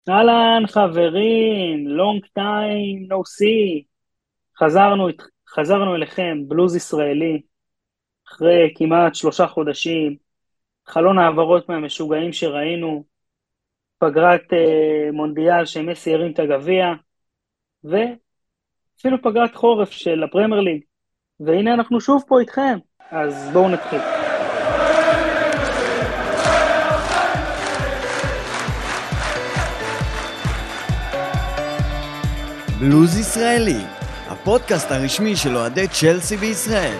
אהלן חברים, long time no see. חזרנו אליכם, בלוז ישראלי, אחרי כמעט 3 חודשים, חלון העברות מהמשוגעים שראינו, פגרת מונדיאל שמסי הרים את הגביע, ואפילו פגרת חורף של הפרמייר ליג. והנה אנחנו שוב פה איתכם, אז בואו נתחיל. בלוז ישראלי, הפודקאסט הרשמי של אוהדי צ'לסי בישראל.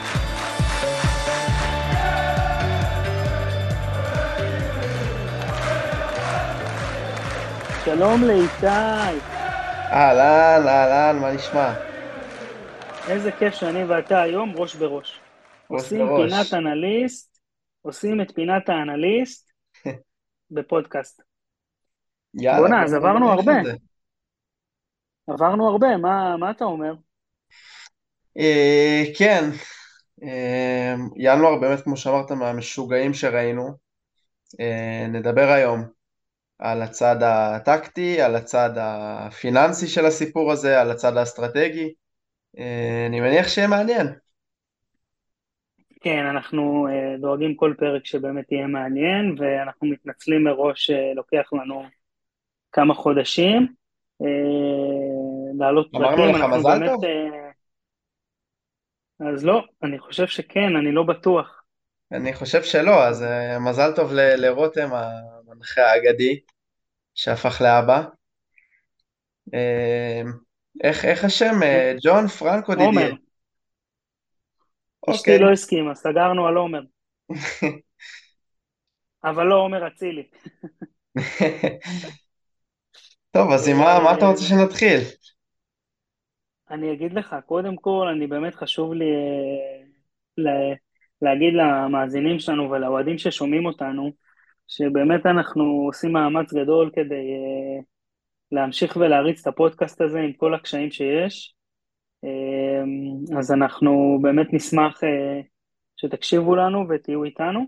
שלום לאיתי, אהלן, אהלן, מה נשמע? איזה כיף שאני ואתה היום ראש בראש. ראש עושים פינת בראש. אנליסט, עושים את פינת האנליסט בפודקאסט. יאללה, בוא'נה, אז בוא עברנו נלך הרבה, על זה. מה אתה אומר? כן, ינואר באמת, כמו שאמרת, מהמשוגעים שראינו. נדבר היום על הצד הטקטי, על הצד הפיננסי של הסיפור הזה, על הצד האסטרטגי. אני מניח שיהיה מעניין. כן, אנחנו דואגים כל פרק שבאמת יהיה מעניין, ואנחנו מתנצלים מראש שלוקח לנו כמה חודשים להעלות אמרנו פרקים, לך אנחנו מזל באמת, טוב? אז לא, אני חושב שכן, אני לא בטוח. אני חושב שלא, אז מזל טוב לרותם, המנחה האגדי, שהפך לאבא. אה, איך השם? ג'ון פרנקו דידיה. עומר, אשתי אוקיי. לא הסכימה, סגרנו על עומר, אבל לא עומר אצילי. טוב, אז עם מה אתה רוצה שנתחיל? אני אגיד לך, קודם כל, אני באמת חשוב לי להגיד למאזינים שלנו ולאוהדים ששומעים אותנו, שבאמת אנחנו עושים מאמץ גדול כדי להמשיך ולהריץ את הפודקאסט הזה עם כל הקשיים שיש. אז אנחנו באמת נשמח שתקשיבו לנו ותהיו איתנו.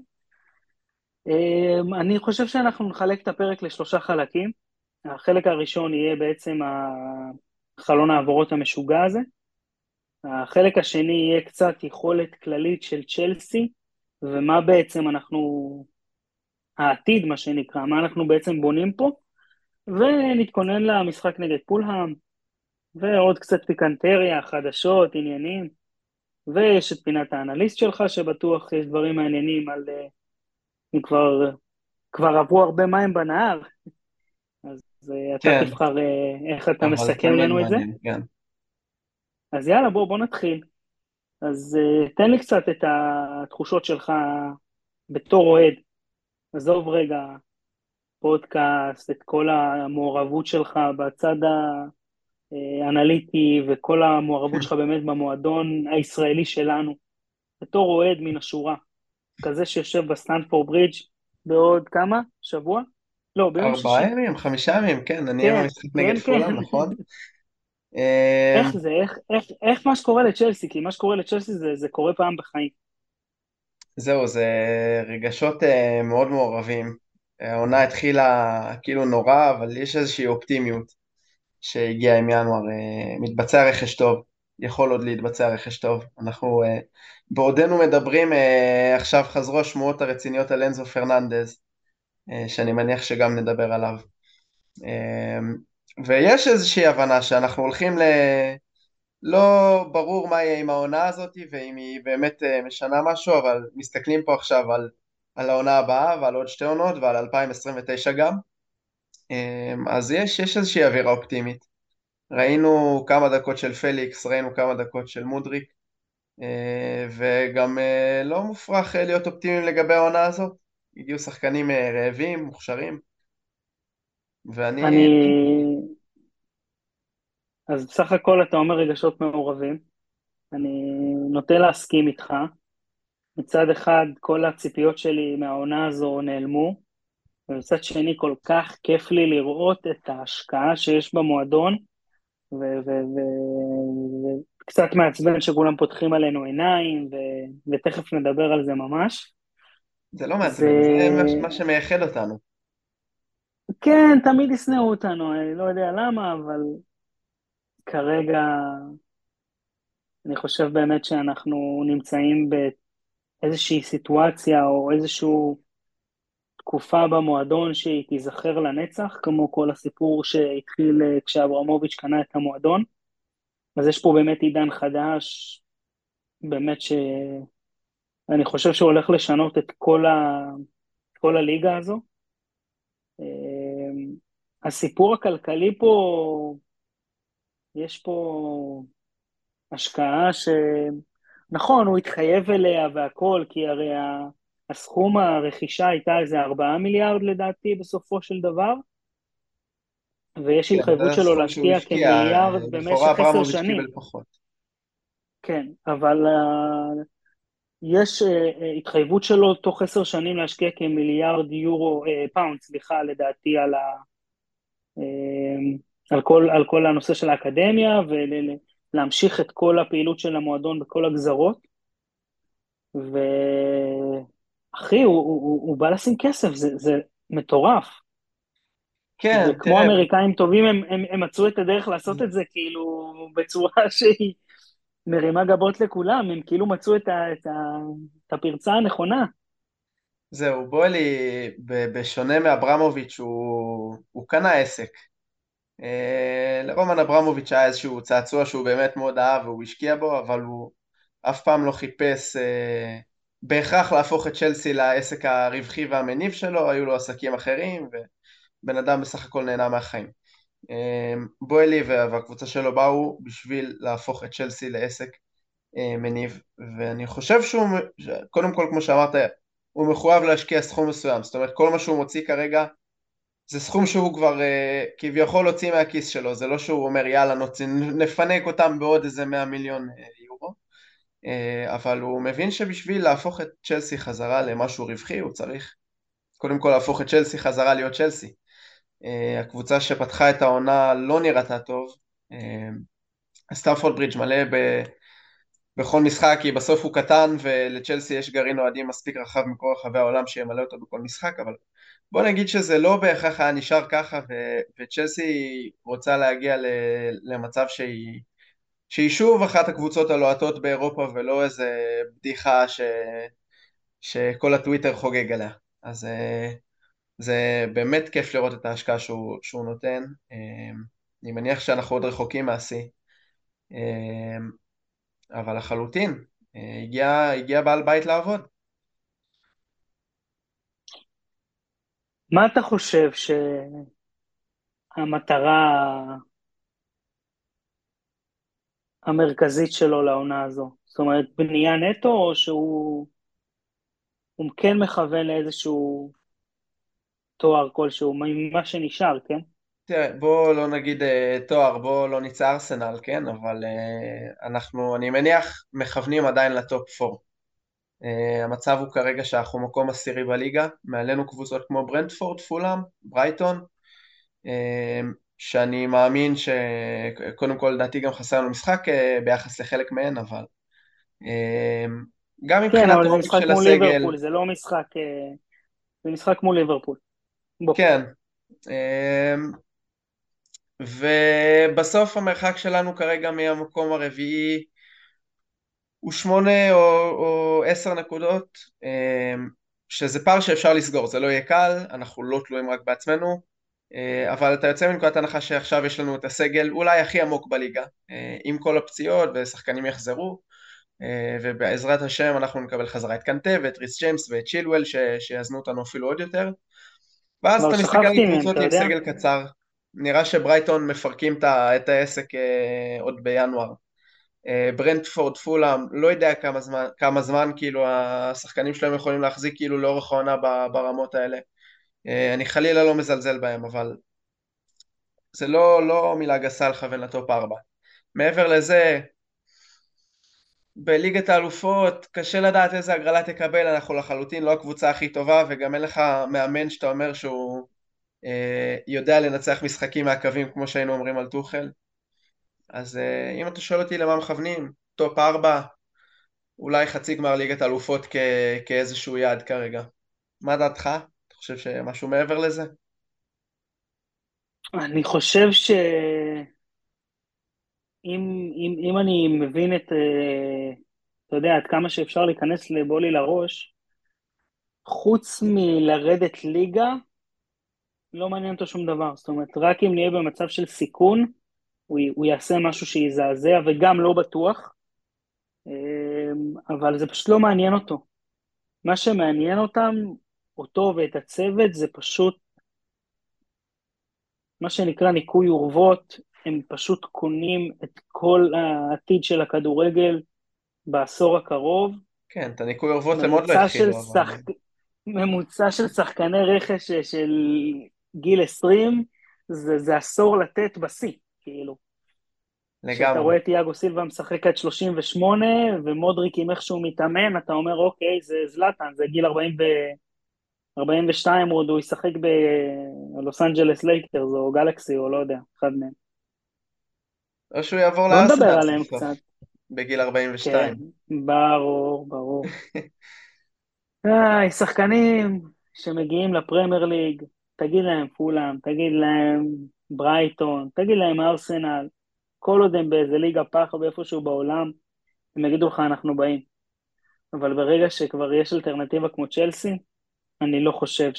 אני חושב שאנחנו נחלק את הפרק ל3 חלקים. החלק הראשון יהיה בעצם חלון העברות המשוגע הזה. החלק השני יהיה קצת יכולת כללית של צ'לסי, ומה בעצם העתיד, מה שנקרא, מה אנחנו בעצם בונים פה, ונתכונן למשחק נגד פולהאם, ועוד קצת פיקנטריה, חדשות, עניינים, ויש את פינת האנליסט שלך, שבטוח יש דברים מעניינים אם כבר עברו הרבה מים בנהר, אז אתה כן, תבחר איך אתה אבל מסכם תמיד לנו את זה. מעניין, כן. אז יאללה, בוא נתחיל. אז תן לי קצת את התחושות שלך בתור אוהד. עזוב רגע פודקאסט, את כל המעורבות שלך בצד האנליטי וכל המעורבות שלך באמת במועדון הישראלי שלנו, בתור אוהד מן השורה, כזה שיושב בסטנפורד ברידג' בעוד כמה? שבוע? לא, ביום 4 שישי. ימים, 5 ימים, כן, אני אהיה כן, במשחק נגד כן, כן. פולאם, נכון? אה, איך זה, איך מה שקורה לצ'לסי, כי מה שקורה לצ'לסי זה קורה פעם בחיים. זהו, זה רגשות מאוד מעורבים. העונה התחילה כאילו נורא, אבל יש איזושהי אופטימיות שהגיעה עם ינואר. מתבצע רכש טוב, יכול עוד להתבצע רכש טוב. אנחנו בעודנו מדברים, עכשיו חזרו השמועות הרציניות על אנזו פרננדז, שאני מניח שגם נדבר עליו. ויש איזושהי הבנה שאנחנו הולכים לא ברור מה יהיה עם העונה הזאת, ואם היא באמת משנה משהו, אבל מסתכלים פה עכשיו על העונה הבאה, ועל עוד 2 עונות, ועל 2029 גם. אז יש איזושהי אווירה אופטימית. ראינו כמה דקות של פליקס, ראינו כמה דקות של מודריק, וגם לא מופרך להיות אופטימיים לגבי העונה הזאת. הגיעו שחקנים רעבים, מוכשרים, ואני... אני, אז בסך הכל אתה אומר רגשות מעורבים, אני נוטה להסכים איתך. מצד אחד כל הציפיות שלי מהעונה הזו נעלמו, ומצד שני כל כך כיף לי לראות את ההשקעה שיש במועדון, וקצת מעצבן שכולם פותחים עלינו עיניים, ותכף נדבר על זה ממש. זה לא זה, מעצבן, זה מה שמייחד אותנו. כן, תמיד ישנאו אותנו, אני לא יודע למה, אבל כרגע אני חושב באמת שאנחנו נמצאים באיזושהי סיטואציה או איזושהי תקופה במועדון שהיא תיזכר לנצח, כמו כל הסיפור שהתחיל כשאברמוביץ' קנה את המועדון. אז יש פה באמת עידן חדש, באמת שאני חושב שהוא הולך לשנות את כל הליגה הזו. הסיפור הכלכלי פה, יש פה השקעה נכון, הוא התחייב אליה והכל, כי הרי הסכום הרכישה הייתה איזה 4 מיליארד לדעתי בסופו של דבר, ויש כן, התחייבות זה שלו הסכום שהוא להשקיע השקיע, כמיליארד לכאורה במשך 10 אברמוביץ' קיבל שנים. פחות. כן, אבל יש התחייבות שלו תוך 10 שנים להשקיע כמיליארד יורו, פאונד, סליחה, לדעתי על כל הנושא של האקדמיה, ולהמשיך את כל הפעילות של המועדון בכל הגזרות. ואחי, הוא בא לשים כסף, זה מטורף. כן, וכמו תראה, אמריקאים טובים, הם מצאו את הדרך לעשות את זה כאילו בצורה שהיא מרימה גבות לכולם, הם כאילו מצאו את הפרצה הנכונה. זהו, בואלי, בשונה מאברמוביץ', הוא קנה עסק. לרומן אברמוביץ' היה איזשהו צעצוע שהוא באמת מאוד אהב והוא השקיע בו, אבל הוא אף פעם לא חיפש בהכרח להפוך את צ'לסי לעסק הרווחי והמניב שלו, היו לו עסקים אחרים, ובן אדם בסך הכל נהנה מהחיים. בואלי והקבוצה שלו באו בשביל להפוך את צ'לסי לעסק מניב, ואני חושב קודם כל, כמו שאמרת, הוא מחויב להשקיע סכום מסוים, זאת אומרת כל מה שהוא מוציא כרגע זה סכום שהוא כבר כביכול הוציא מהכיס שלו, זה לא שהוא אומר יאללה נפנק אותם בעוד איזה 100 מיליון יורו, אבל הוא מבין שבשביל להפוך את צ'לסי חזרה למשהו רווחי הוא צריך קודם כל להפוך את צ'לסי חזרה להיות צ'לסי. הקבוצה שפתחה את העונה לא נראתה טוב, סטמפורד ברידג' מלא בכל משחק, כי בסוף הוא קטן ולצ'לסי יש גרעין אוהדים מספיק רחב מכל רחבי העולם שימלא אותו בכל משחק, אבל בוא נגיד שזה לא בהכרח היה נשאר ככה, וצ'לסי רוצה להגיע למצב שהיא שוב אחת הקבוצות הלוהטות באירופה ולא איזה בדיחה שכל הטוויטר חוגג עליה. אז זה באמת כיף לראות את ההשקעה שהוא נותן. אני מניח שאנחנו עוד רחוקים מהשיא, אבל לחלוטין הגיע בעל בית לעבוד. מה אתה חושב שהמטרה המרכזית שלו לעונה הזו? זאת אומרת, בנייה נטו, או שהוא כן מכוון לאיזשהו תואר כלשהו, ממה שנשאר, כן? תראה, בוא לא נגיד תואר, בוא לא נצא ארסנל, כן? אבל אני מניח, מכוונים עדיין לטופ 4. המצב הוא כרגע שאנחנו מקום עשירי בליגה, מעלינו קבוצות כמו ברנטפורד, פולאם, ברייטון, שאני מאמין שקודם כל לדעתי גם חסר לנו משחק ביחס לחלק מהן, אבל גם כן, מבחינת אבל זה עומק משחק של מול הסגל, ליברפול, זה לא משחק, זה משחק מול ליברפול. בוא. כן, ובסוף המרחק שלנו כרגע מהמקום הרביעי הוא 8 או 10 נקודות, שזה פער שאפשר לסגור, זה לא יהיה קל, אנחנו לא תלויים רק בעצמנו, אבל אתה יוצא מנקודת הנחה שעכשיו יש לנו את הסגל אולי הכי עמוק בליגה, עם כל הפציעות ושחקנים יחזרו, ובעזרת השם אנחנו נקבל חזרה את קנטה ואת ריס ג'יימס ואת צ'ילואל שיזנו אותנו אפילו עוד יותר, ואז כבר אתה מסתכל על שכחתי מהם, קבוצות אתה עם יודע? סגל קצר, נראה שברייטון מפרקים את העסק עוד בינואר. ברנטפורד, פולאם, לא יודע כמה זמן כאילו השחקנים שלהם יכולים להחזיק כאילו לאורך העונה ברמות האלה. אני חלילה לא מזלזל בהם, אבל זה לא מילה גסה לכוון לטופ 4. מעבר לזה, בליגת האלופות קשה לדעת איזה הגרלה תקבל, אנחנו לחלוטין לא הקבוצה הכי טובה, וגם אין לך מאמן שאתה אומר שהוא יודע לנצח משחקים מהקווים כמו שהיינו אומרים על טוחל. אז אם אתה שואל אותי למה מכוונים, טופ 4, אולי חצי גמר ליגת האלופות כאיזשהו יעד כרגע. מה דעתך? אתה חושב שמשהו מעבר לזה? אני חושב שאם אם אני מבין אתה יודע, עד כמה שאפשר להיכנס לבולי לראש, חוץ מלרדת ליגה, לא מעניין אותו שום דבר. זאת אומרת, רק אם נהיה במצב של סיכון, הוא יעשה משהו שיזעזע, וגם לא בטוח, אבל זה פשוט לא מעניין אותו. מה שמעניין אותו ואת הצוות, זה פשוט מה שנקרא ניקוי אורוות. הם פשוט קונים את כל העתיד של הכדורגל בעשור הקרוב. כן, את הניקוי אורוות הם עוד לא ממוצע של התחילו, אבל ממוצע של שחקני רכש של גיל 20, זה עשור לתת בשיא, כאילו. כשאתה לגמרי. רואה את תיאגו סילבה משחק עד 38, ומודריק עם איך שהוא מתאמן, אתה אומר, אוקיי, זה זלאטן, זה גיל 40 42, עוד הוא ישחק בלוס אנג'לס לייקרס, או גלקסי, או לא יודע, אחד מהם. או שהוא יעבור בוא נדבר לארסנל סוף עליהם סוף, קצת. בגיל כן, 42. ברור, ברור. שחקנים שמגיעים לפרמייר ליג, תגיד להם פולאם, תגיד להם ברייטון, תגיד להם ארסנל, כל עוד הם באיזה ליגה פח או באיפשהו בעולם, הם יגידו לך אנחנו באים. אבל ברגע שכבר יש אלטרנטיבה כמו צ'לסי, אני לא חושב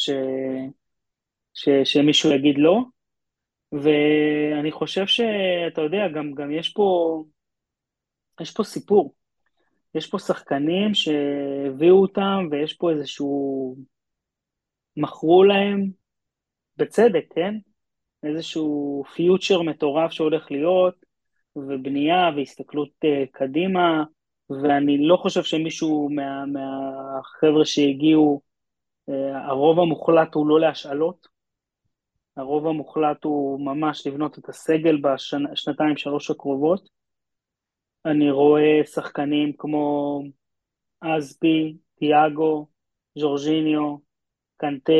שמישהו יגיד לא, ואני חושב שאתה יודע, גם יש פה סיפור, יש פה שחקנים שהביאו אותם, ויש פה איזשהו, מכרו להם, בצדק, כן? איזשהו פיוטשר מטורף שהולך להיות, ובנייה והסתכלות קדימה, ואני לא חושב שמישהו מהחבר'ה שהגיעו, הרוב המוחלט הוא לא להשאלות, הרוב המוחלט הוא ממש לבנות את הסגל בשנתיים שלוש הקרובות. אני רואה שחקנים כמו אזפי, תיאגו, ז'ורג'יניו, קנטה,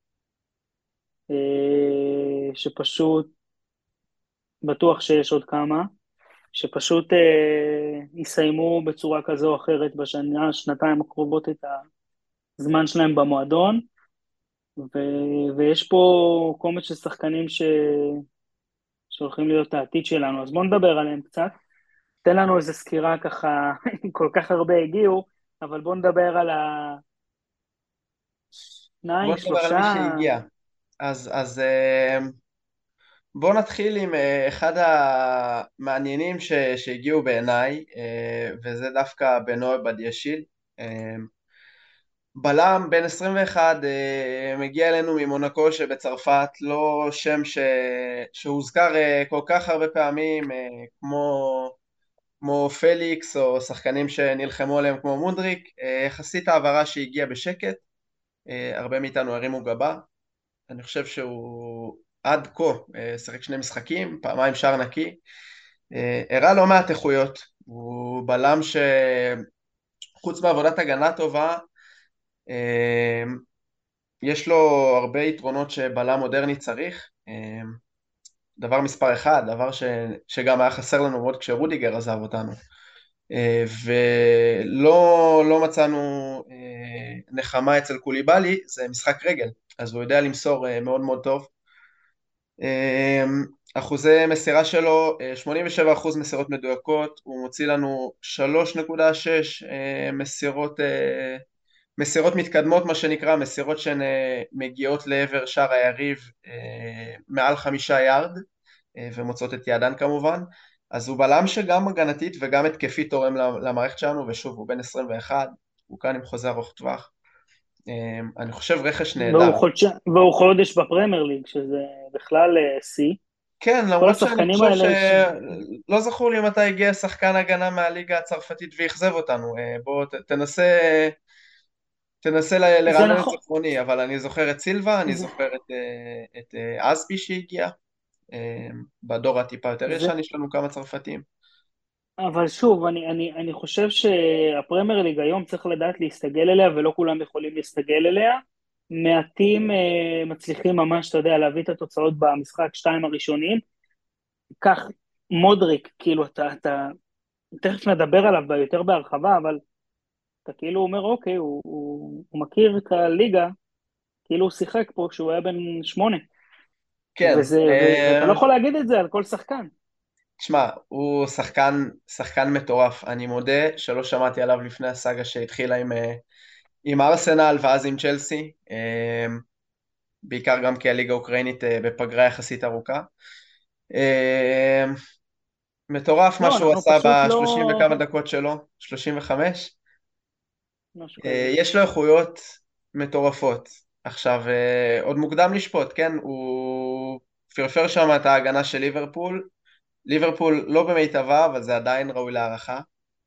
שפשוט, בטוח שיש עוד כמה, שפשוט יסיימו בצורה כזו או אחרת שנתיים הקרובות את הזמן שלהם במועדון, ויש פה קומץ של שחקנים שהולכים להיות העתיד שלנו, אז בואו נדבר עליהם קצת. תן לנו איזו סקירה ככה, כל כך הרבה הגיעו, אבל בואו נדבר על בוא השניים, נדבר על מי שלושה. שהגיע. אז בוא נתחיל עם אחד המעניינים שהגיעו בעיניי, וזה דווקא בנוי בדיאשיל. בלם בן 21, מגיע אלינו ממונקו שבצרפת, לא שם שהוזכר כל כך הרבה פעמים, כמו פליקס או שחקנים שנלחמו עליהם כמו מונדריק. יחסית העברה שהגיעה בשקט, הרבה מאיתנו הרימו גבה. אני חושב שהוא עד כה שחק 2 משחקים, פעמיים שער נקי, הראה לא מעט איכויות. הוא בלם שחוץ מעבודת הגנה טובה, יש לו הרבה יתרונות שבלם מודרני צריך. דבר מספר אחד, דבר שגם היה חסר לנו מאוד כשרודיגר עזב אותנו, ולא מצאנו נחמה אצל קוליבאלי, זה משחק רגל, אז הוא יודע למסור מאוד מאוד טוב. אחוזי מסירה שלו 87% מסירות מדויקות, הוא מוציא לנו 3.6 מסירות מתקדמות, מה שנקרא, מסירות שהן מגיעות לעבר שער היריב מעל 5 יארד, ומוצאות את יעדן כמובן. אז הוא בלם שגם הגנתית וגם התקפית תורם למערכת שלנו, ושוב, הוא בן 21, הוא כאן עם חוזה ארוך טווח. אני חושב רכש נהדר. והוא חודש בפרמייר ליג, שזה בכלל שיא. כן, כל למרות שאני השחקנים חושב האלה שלא זכור לי מתי הגיע שחקן הגנה מהליגה הצרפתית ואכזב אותנו. בוא תנסה זה לרענן את נכון, זכרוני, אבל אני זוכר את סילבה, אני זה, זוכר את אספי שהגיע, בדור הטיפה יותר זה, ישן יש לנו כמה צרפתים. אבל שוב, אני חושב שהפרמייר ליג היום צריך לדעת להסתגל אליה, ולא כולם יכולים להסתגל אליה. מעטים מצליחים ממש, אתה יודע, להביא את התוצאות במשחק 2 הראשונים. כך מודריק, כאילו, אתה תכף נדבר עליו יותר בהרחבה, אבל אתה כאילו אומר, אוקיי, הוא מכיר את הליגה, כאילו הוא שיחק פה כשהוא היה בן 8. כן, ואתה לא יכול להגיד את זה על כל שחקן. תשמע, הוא שחקן מטורף. אני מודה שלא שמעתי עליו לפני הסאגה שהתחילה עם ארסנל ואז עם צ'לסי, בעיקר גם כי הליגה האוקראינית בפגרה יחסית ארוכה. מטורף מה לא, שהוא אנחנו עשה פשוט ב-30 לא... וכמה דקות שלו, 35. משהו כזה. יש לו איכויות מטורפות. עכשיו, עוד מוקדם לשפוט, כן? הוא פרפר שם את ההגנה של ליברפול. ליברפול לא במיטבה, אבל זה עדיין ראוי להערכה.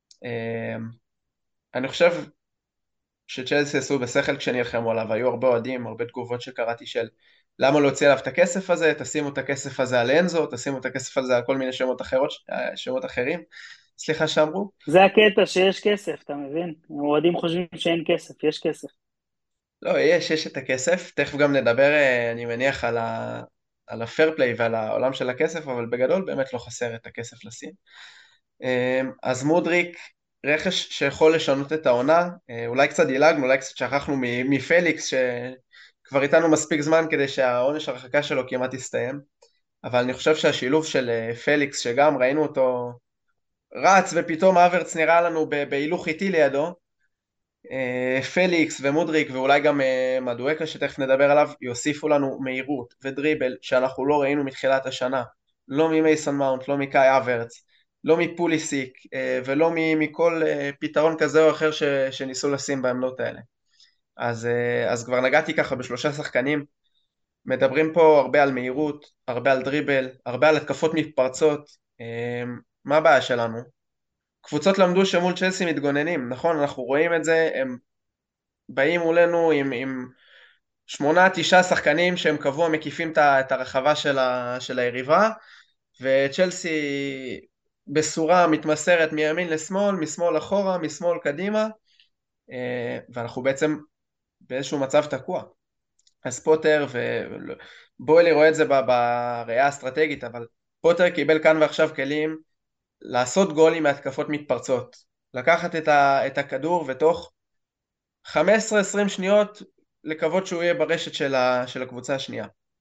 אני חושב שצ'לסי עשו בשכל כשנלחמו עליו, היו הרבה אוהדים, הרבה תגובות שקראתי של למה להוציא עליו את הכסף הזה, תשימו את הכסף הזה על אנזו, תשימו את הכסף הזה על כל מיני שמות אחרים, סליחה שאמרו. זה הקטע שיש כסף, אתה מבין? האוהדים חושבים שאין כסף, יש כסף. לא, יש את הכסף, תכף גם נדבר, אני מניח, על הפייר פליי ועל העולם של הכסף, אבל בגדול באמת לא חסר את הכסף לשים. אז מודריק, רכש שיכול לשנות את העונה, אולי קצת דילגנו, אולי קצת שכחנו מפליקס, שכבר איתנו מספיק זמן כדי שהעונש הרחקה שלו כמעט יסתיים, אבל אני חושב שהשילוב של פליקס, שגם ראינו אותו רץ, ופתאום אברץ נראה לנו בהילוך איטי לידו, פליקס ומודריק ואולי גם מדואקה שתכף נדבר עליו, יוסיפו לנו מהירות ודריבל שאנחנו לא ראינו מתחילת השנה, לא ממייסון מאונט, לא מקאי אברץ, לא מפוליסיק ולא מכל פתרון כזה או אחר שניסו לשים בעמדות האלה. אז כבר נגעתי ככה בשלושה שחקנים, מדברים פה הרבה על מהירות, הרבה על דריבל, הרבה על התקפות מתפרצות. מה הבעיה שלנו? קבוצות למדו שמול צ'לסי מתגוננים, נכון? אנחנו רואים את זה, הם באים מולנו עם 8-9 שחקנים שהם קבוע מקיפים את הרחבה של היריבה, וצ'לסי בסורה מתמסרת מימין לשמאל, משמאל אחורה, משמאל קדימה, ואנחנו בעצם באיזשהו מצב תקוע. אז פוטר, ובואלי רואה את זה בראייה האסטרטגית, אבל פוטר קיבל כאן ועכשיו כלים לעשות גולים מהתקפות מתפרצות, לקחת את הכדור ותוך 15-20 שניות לקוות שהוא יהיה ברשת של הקבוצה השנייה.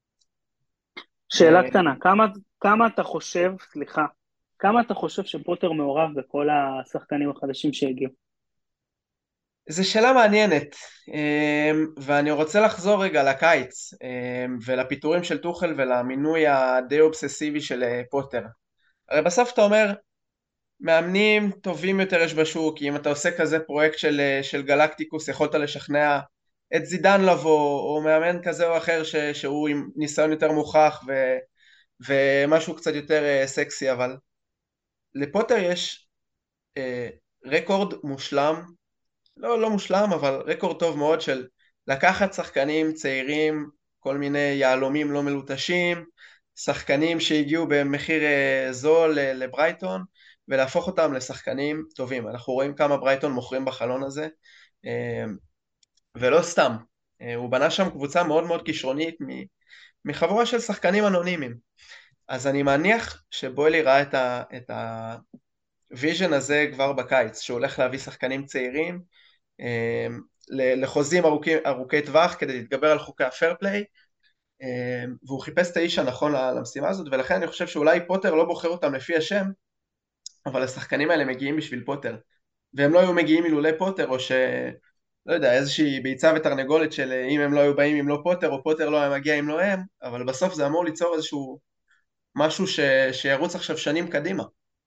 שאלה קטנה, כמה אתה חושב, סליחה, כמה אתה חושב שפוטר מעורב בכל השחקנים החדשים שהגיעו? זו שאלה מעניינת, ואני רוצה לחזור רגע לקיץ, ולפיטורים של טוחל ולמינוי הדי אובססיבי של פוטר. הרי בסוף אתה אומר, מאמנים טובים יותר יש בשוק, אם אתה עושה כזה פרויקט של גלקטיקוס, יכולת לשכנע את זידן לבוא, או מאמן כזה או אחר שהוא עם ניסיון יותר מוכח ומשהו קצת יותר סקסי, אבל לפוטר יש רקורד מושלם, לא מושלם, אבל רקורד טוב מאוד של לקחת שחקנים צעירים, כל מיני יעלומים לא מלוטשים, שחקנים שהגיעו במחיר זול לברייטון, ולהפוך אותם לשחקנים טובים. אנחנו רואים כמה ברייטון מוכרים בחלון הזה, ולא סתם. הוא בנה שם קבוצה מאוד מאוד כישרונית מחבורה של שחקנים אנונימיים. אז אני מניח שבוילי ראה את הוויז'ן הזה כבר בקיץ, שהוא הולך להביא שחקנים צעירים, לחוזים ארוכי טווח כדי להתגבר על חוקי הפייר פליי, והוא חיפש את האיש הנכון למשימה הזאת, ולכן אני חושב שאולי פוטר לא בוחר אותם לפי השם, אבל השחקנים האלה מגיעים בשביל פוטר, והם לא היו מגיעים אילולי פוטר, או לא יודע, איזושהי ביצה ותרנגולת של אם הם לא היו באים אם לא פוטר, או פוטר לא היה מגיע אם לא הם, אבל בסוף זה אמור ליצור איזשהו משהו שירוץ עכשיו שנים קדימה.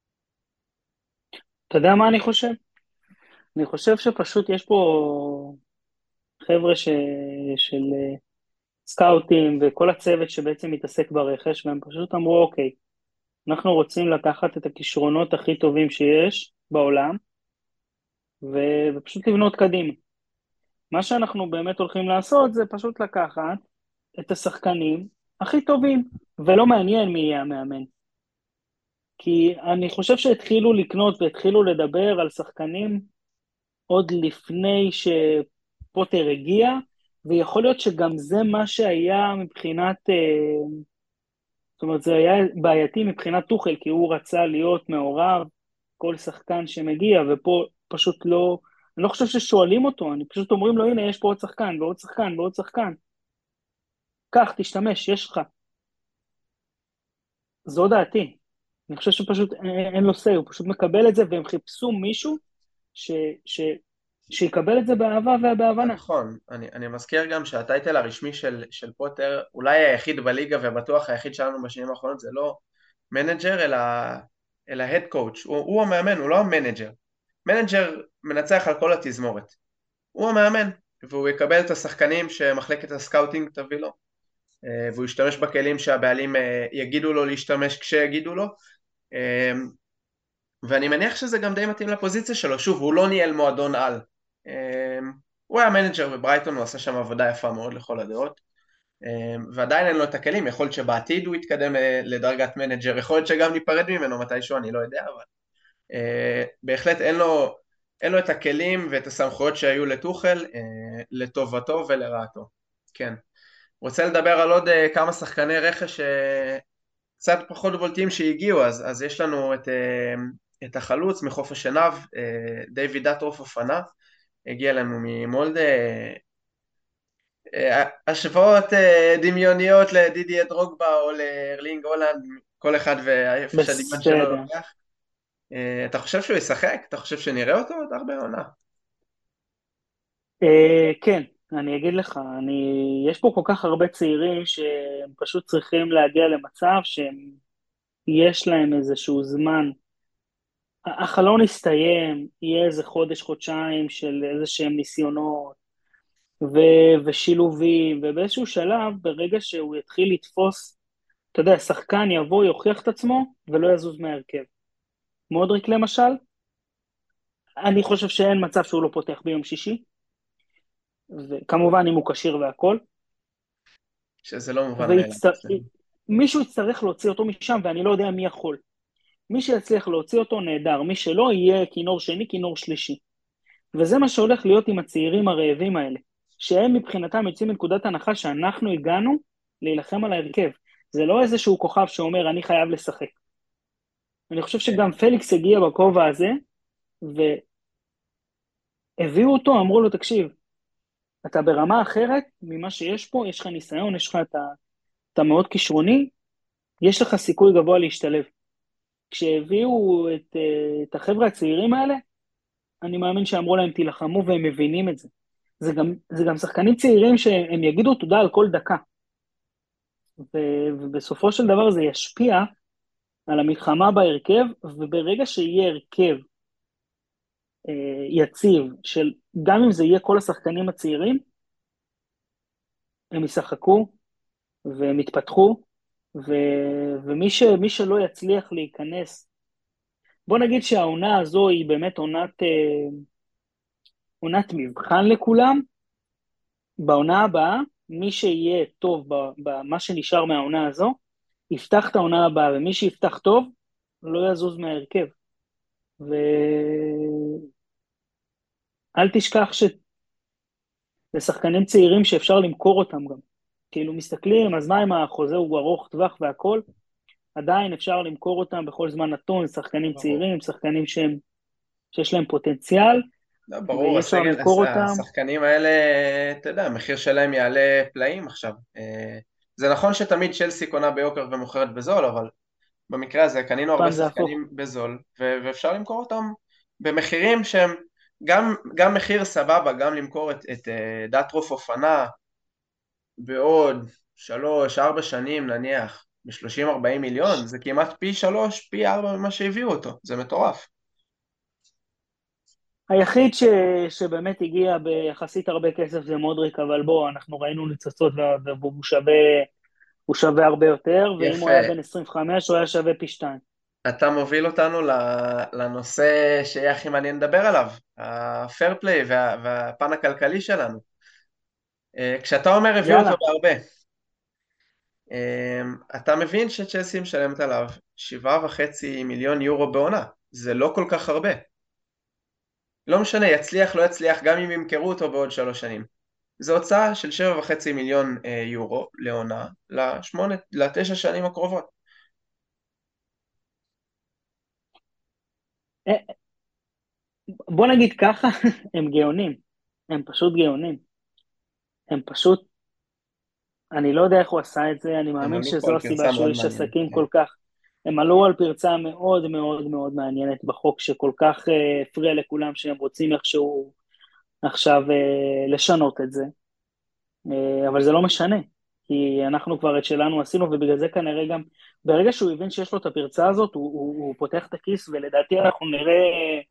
אתה יודע מה אני חושב? אני חושב שפשוט יש פה חבר'ה של סקאוטים וכל הצוות שבעצם מתעסק ברכש, והם פשוט אמרו, אוקיי, אנחנו רוצים לקחת את הכישרונות הכי טובים שיש בעולם, ופשוט לבנות קדימה. מה שאנחנו באמת הולכים לעשות זה פשוט לקחת את השחקנים הכי טובים, ולא מעניין מי יהיה המאמן. כי אני חושב שהתחילו לקנות והתחילו לדבר על שחקנים עוד לפני שפוטר הגיע, ויכול להיות שגם זה מה שהיה מבחינת, זאת אומרת זה היה בעייתי מבחינת טוחל, כי הוא רצה להיות מעורב כל שחקן שמגיע, ופה פשוט לא, אני לא חושב ששואלים אותו, אני פשוט אומרים לו, הנה יש פה עוד שחקן ועוד שחקן ועוד שחקן, קח, תשתמש, יש לך. זו דעתי. אני חושב שפשוט אין לו say, הוא פשוט מקבל את זה, והם חיפשו מישהו ש, ש, שיקבל את זה באהבה ובהבנה. נכון, אני מזכיר גם שהטייטל הרשמי של פוטר, אולי היחיד בליגה ובטוח היחיד שלנו בשנים האחרונות, זה לא מנג'ר אלא הד קואוץ', הוא המאמן, הוא לא המנג'ר. מנג'ר מנצח על כל התזמורת, הוא המאמן, והוא יקבל את השחקנים שמחלקת הסקאוטינג תביא לו, והוא ישתמש בכלים שהבעלים יגידו לו להשתמש כשיגידו לו, ואני מניח שזה גם די מתאים לפוזיציה שלו. שוב, הוא לא ניהל מועדון על, הוא היה מנג'ר בברייטון, הוא עשה שם עבודה יפה מאוד לכל הדעות, ועדיין אין לו את הכלים. יכול להיות שבעתיד הוא יתקדם לדרגת מנג'ר, יכול להיות שגם ניפרד ממנו מתישהו, אני לא יודע, אבל בהחלט אין לו את הכלים ואת הסמכויות שהיו לטוחל, לטובתו ולרעתו. כן. רוצה לדבר על עוד כמה שחקני רכש קצת פחות בולטים שהגיעו, אז יש לנו את החלוץ מחוף השנהב, דיוויד דאטרוף אופנה, הגיע לנו ממולדה, השוואות דמיוניות לדידי דרוגבה או לארלינג הולנד, כל אחד ואיפה שהדמיון שלו בסדר. לוקח. אתה חושב שהוא ישחק? אתה חושב שנראה אותו עוד הרבה עונה? כן, אני אגיד לך, יש פה כל כך הרבה צעירים שהם פשוט צריכים להגיע למצב שיש להם איזשהו זמן. החלון יסתיים, יהיה איזה חודש, חודשיים של איזה שהם ניסיונות ושילובים, ובאיזשהו שלב, ברגע שהוא יתחיל לתפוס, אתה יודע, שחקן יבוא, יוכיח את עצמו, ולא יזוז מהרכב. מודריק למשל, אני חושב שאין מצב שהוא לא פותח ביום שישי, וכמובן אם הוא כשיר והכל, שזה לא מובן מאליו. מישהו יצטרך להוציא אותו משם, ואני לא יודע מי יכול. מי שיצליח להוציא אותו נהדר, מי שלא יהיה כינור שני, כינור שלישי. וזה מה שהולך להיות עם הצעירים הרעבים האלה, שהם מבחינתם יוצאים מנקודת הנחה שאנחנו הגענו להילחם על ההרכב. זה לא איזשהו כוכב שאומר אני חייב לשחק. אני חושב שגם פליקס הגיע בכובע הזה, והביאו אותו, אמרו לו תקשיב, אתה ברמה אחרת ממה שיש פה, יש לך ניסיון, יש לך אתה מאוד כישרוני, יש לך סיכוי גבוה להשתלב. כשהביאו את החבר'ה הצעירים האלה, אני מאמין שאמרו להם תילחמו והם מבינים את זה. זה גם שחקנים צעירים שהם יגידו תודה על כל דקה. ובסופו של דבר זה ישפיע על המלחמה בהרכב, וברגע שיהיה הרכב יציב, גם אם זה יהיה כל השחקנים הצעירים, הם ישחקו והם יתפתחו, ומי שלא יצליח להיכנס, בוא נגיד שהעונה הזו היא באמת עונת מבחן לכולם. בעונה הבאה, מי שיהיה טוב במה שנשאר מהעונה הזו, יפתח את העונה הבאה, ומי שיפתח טוב, לא יזוז מההרכב. אל תשכח שזה שחקנים צעירים שאפשר למכור אותם גם. כאילו מסתכלים, אז מה אם החוזה הוא ארוך טווח והכל, עדיין אפשר למכור אותם בכל זמן נתון, שחקנים צעירים, שחקנים שיש להם פוטנציאל, לא, ברור, השחקנים האלה, אתה יודע, המחיר שלהם יעלה פלאים עכשיו. זה נכון שתמיד צ'לסי קונה ביוקר ומוכרת בזול, אבל במקרה הזה קנינו הרבה שחקנים בזול, ואפשר למכור אותם במחירים שהם גם מחיר סבבה, גם למכור את דאטרוף אופנה בעוד 3-4 שנים נניח, ב-30-40 מיליון, זה כמעט פי 3, פי 4 ממה שהביאו אותו, זה מטורף. היחיד שבאמת הגיע ביחסית הרבה כסף זה מודריק, אבל בוא, אנחנו ראינו ניצוצות והוא שווה הרבה יותר, ואם הוא היה בן 25 הוא היה שווה פי 2. אתה מוביל אותנו לנושא שיהיה הכי מעניין לדבר עליו, הפייר פליי והפן הכלכלי שלנו. כשאתה אומר הביאו אותו בהרבה, אתה מבין שצ'לסי משלמת עליו 7.5 מיליון יורו בעונה, זה לא כל כך הרבה. לא משנה, יצליח, לא יצליח, גם אם ימכרו אותו בעוד 3 שנים. זו הוצאה של 7.5 מיליון יורו לעונה, ל9 שנים הקרובות. בוא נגיד ככה, הם גאונים. הם פשוט גאונים. הם פשוט, אני לא יודע איך הוא עשה את זה, אני מאמין שזו הסיבה שהוא איש עסקים כל כך. הם עלו על פרצה מאוד מאוד מאוד מעניינת בחוק, שכל כך הפריע לכולם, שהם רוצים איכשהו עכשיו לשנות את זה. אבל זה לא משנה, כי אנחנו כבר את שלנו עשינו, ובגלל זה כנראה גם, ברגע שהוא הבין שיש לו את הפרצה הזאת, הוא פותח את הכיס, ולדעתי אנחנו נראה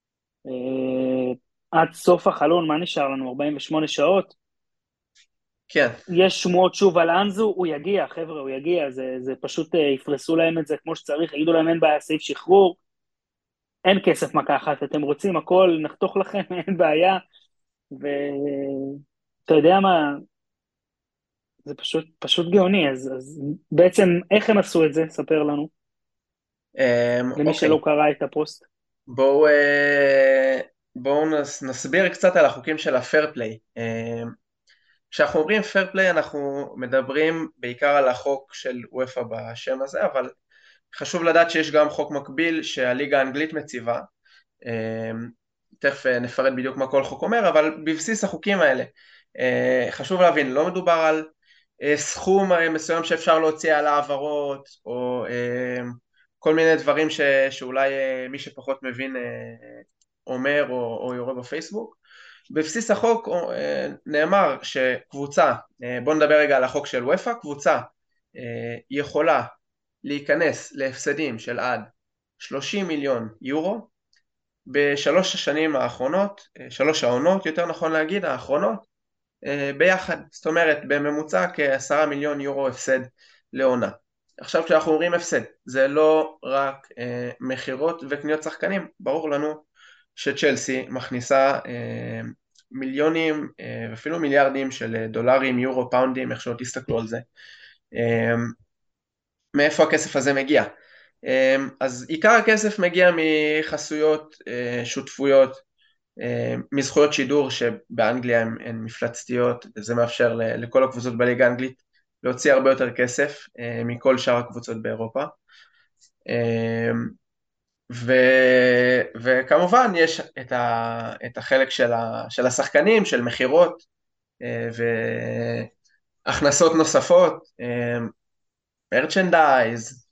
עד סוף החלון, מה נשאר לנו? 48 שעות? כן. יש שמועות שוב על אנזו, הוא יגיע, חבר'ה, הוא יגיע, זה פשוט יפרסו להם את זה כמו שצריך, יגידו להם אין בעיה, סעיף שחרור, אין כסף מכה אחת, אתם רוצים הכל, נחתוך לכם, אין בעיה, ואתה יודע מה, זה פשוט גאוני, אז בעצם איך הם עשו את זה? ספר לנו, למי אוקיי, שלא קרא את הפוסט. בואו נסביר קצת על החוקים של הפייר פליי. כשאנחנו אומרים פייר פליי אנחנו מדברים בעיקר על החוק של וופא בשם הזה, אבל חשוב לדעת שיש גם חוק מקביל שהליגה האנגלית מציבה, תכף נפרט בדיוק מה כל חוק אומר, אבל בבסיס החוקים האלה חשוב להבין, לא מדובר על סכום מסוים שאפשר להוציא על העברות, או כל מיני דברים שאולי מי שפחות מבין אומר או יורה בפייסבוק. בבסיס החוק נאמר שקבוצה, בוא נדבר רגע על החוק של וופא, קבוצה יכולה להיכנס להפסדים של עד 30 מיליון יורו בשלוש השנים האחרונות, שלוש העונות יותר נכון להגיד, האחרונות, ביחד, זאת אומרת בממוצע כ10 מיליון יורו הפסד לעונה. עכשיו כשאנחנו אומרים הפסד, זה לא רק מחירות וקניות שחקנים, ברור לנו שצ'לסי מכניסה מיליונים ואפילו מיליארדים של דולרים, יורו, פאונדים, איך שלא תסתכלו על זה. מאיפה הכסף הזה מגיע? אז עיקר הכסף מגיע מחסויות, שותפויות, מזכויות שידור שבאנגליה הן מפלצתיות, זה מאפשר לכל הקבוצות בליגה האנגלית להוציא הרבה יותר כסף מכל שאר הקבוצות באירופה. וכמובן יש את החלק של השחקנים, של מחירות והכנסות נוספות, מרצ'נדייז,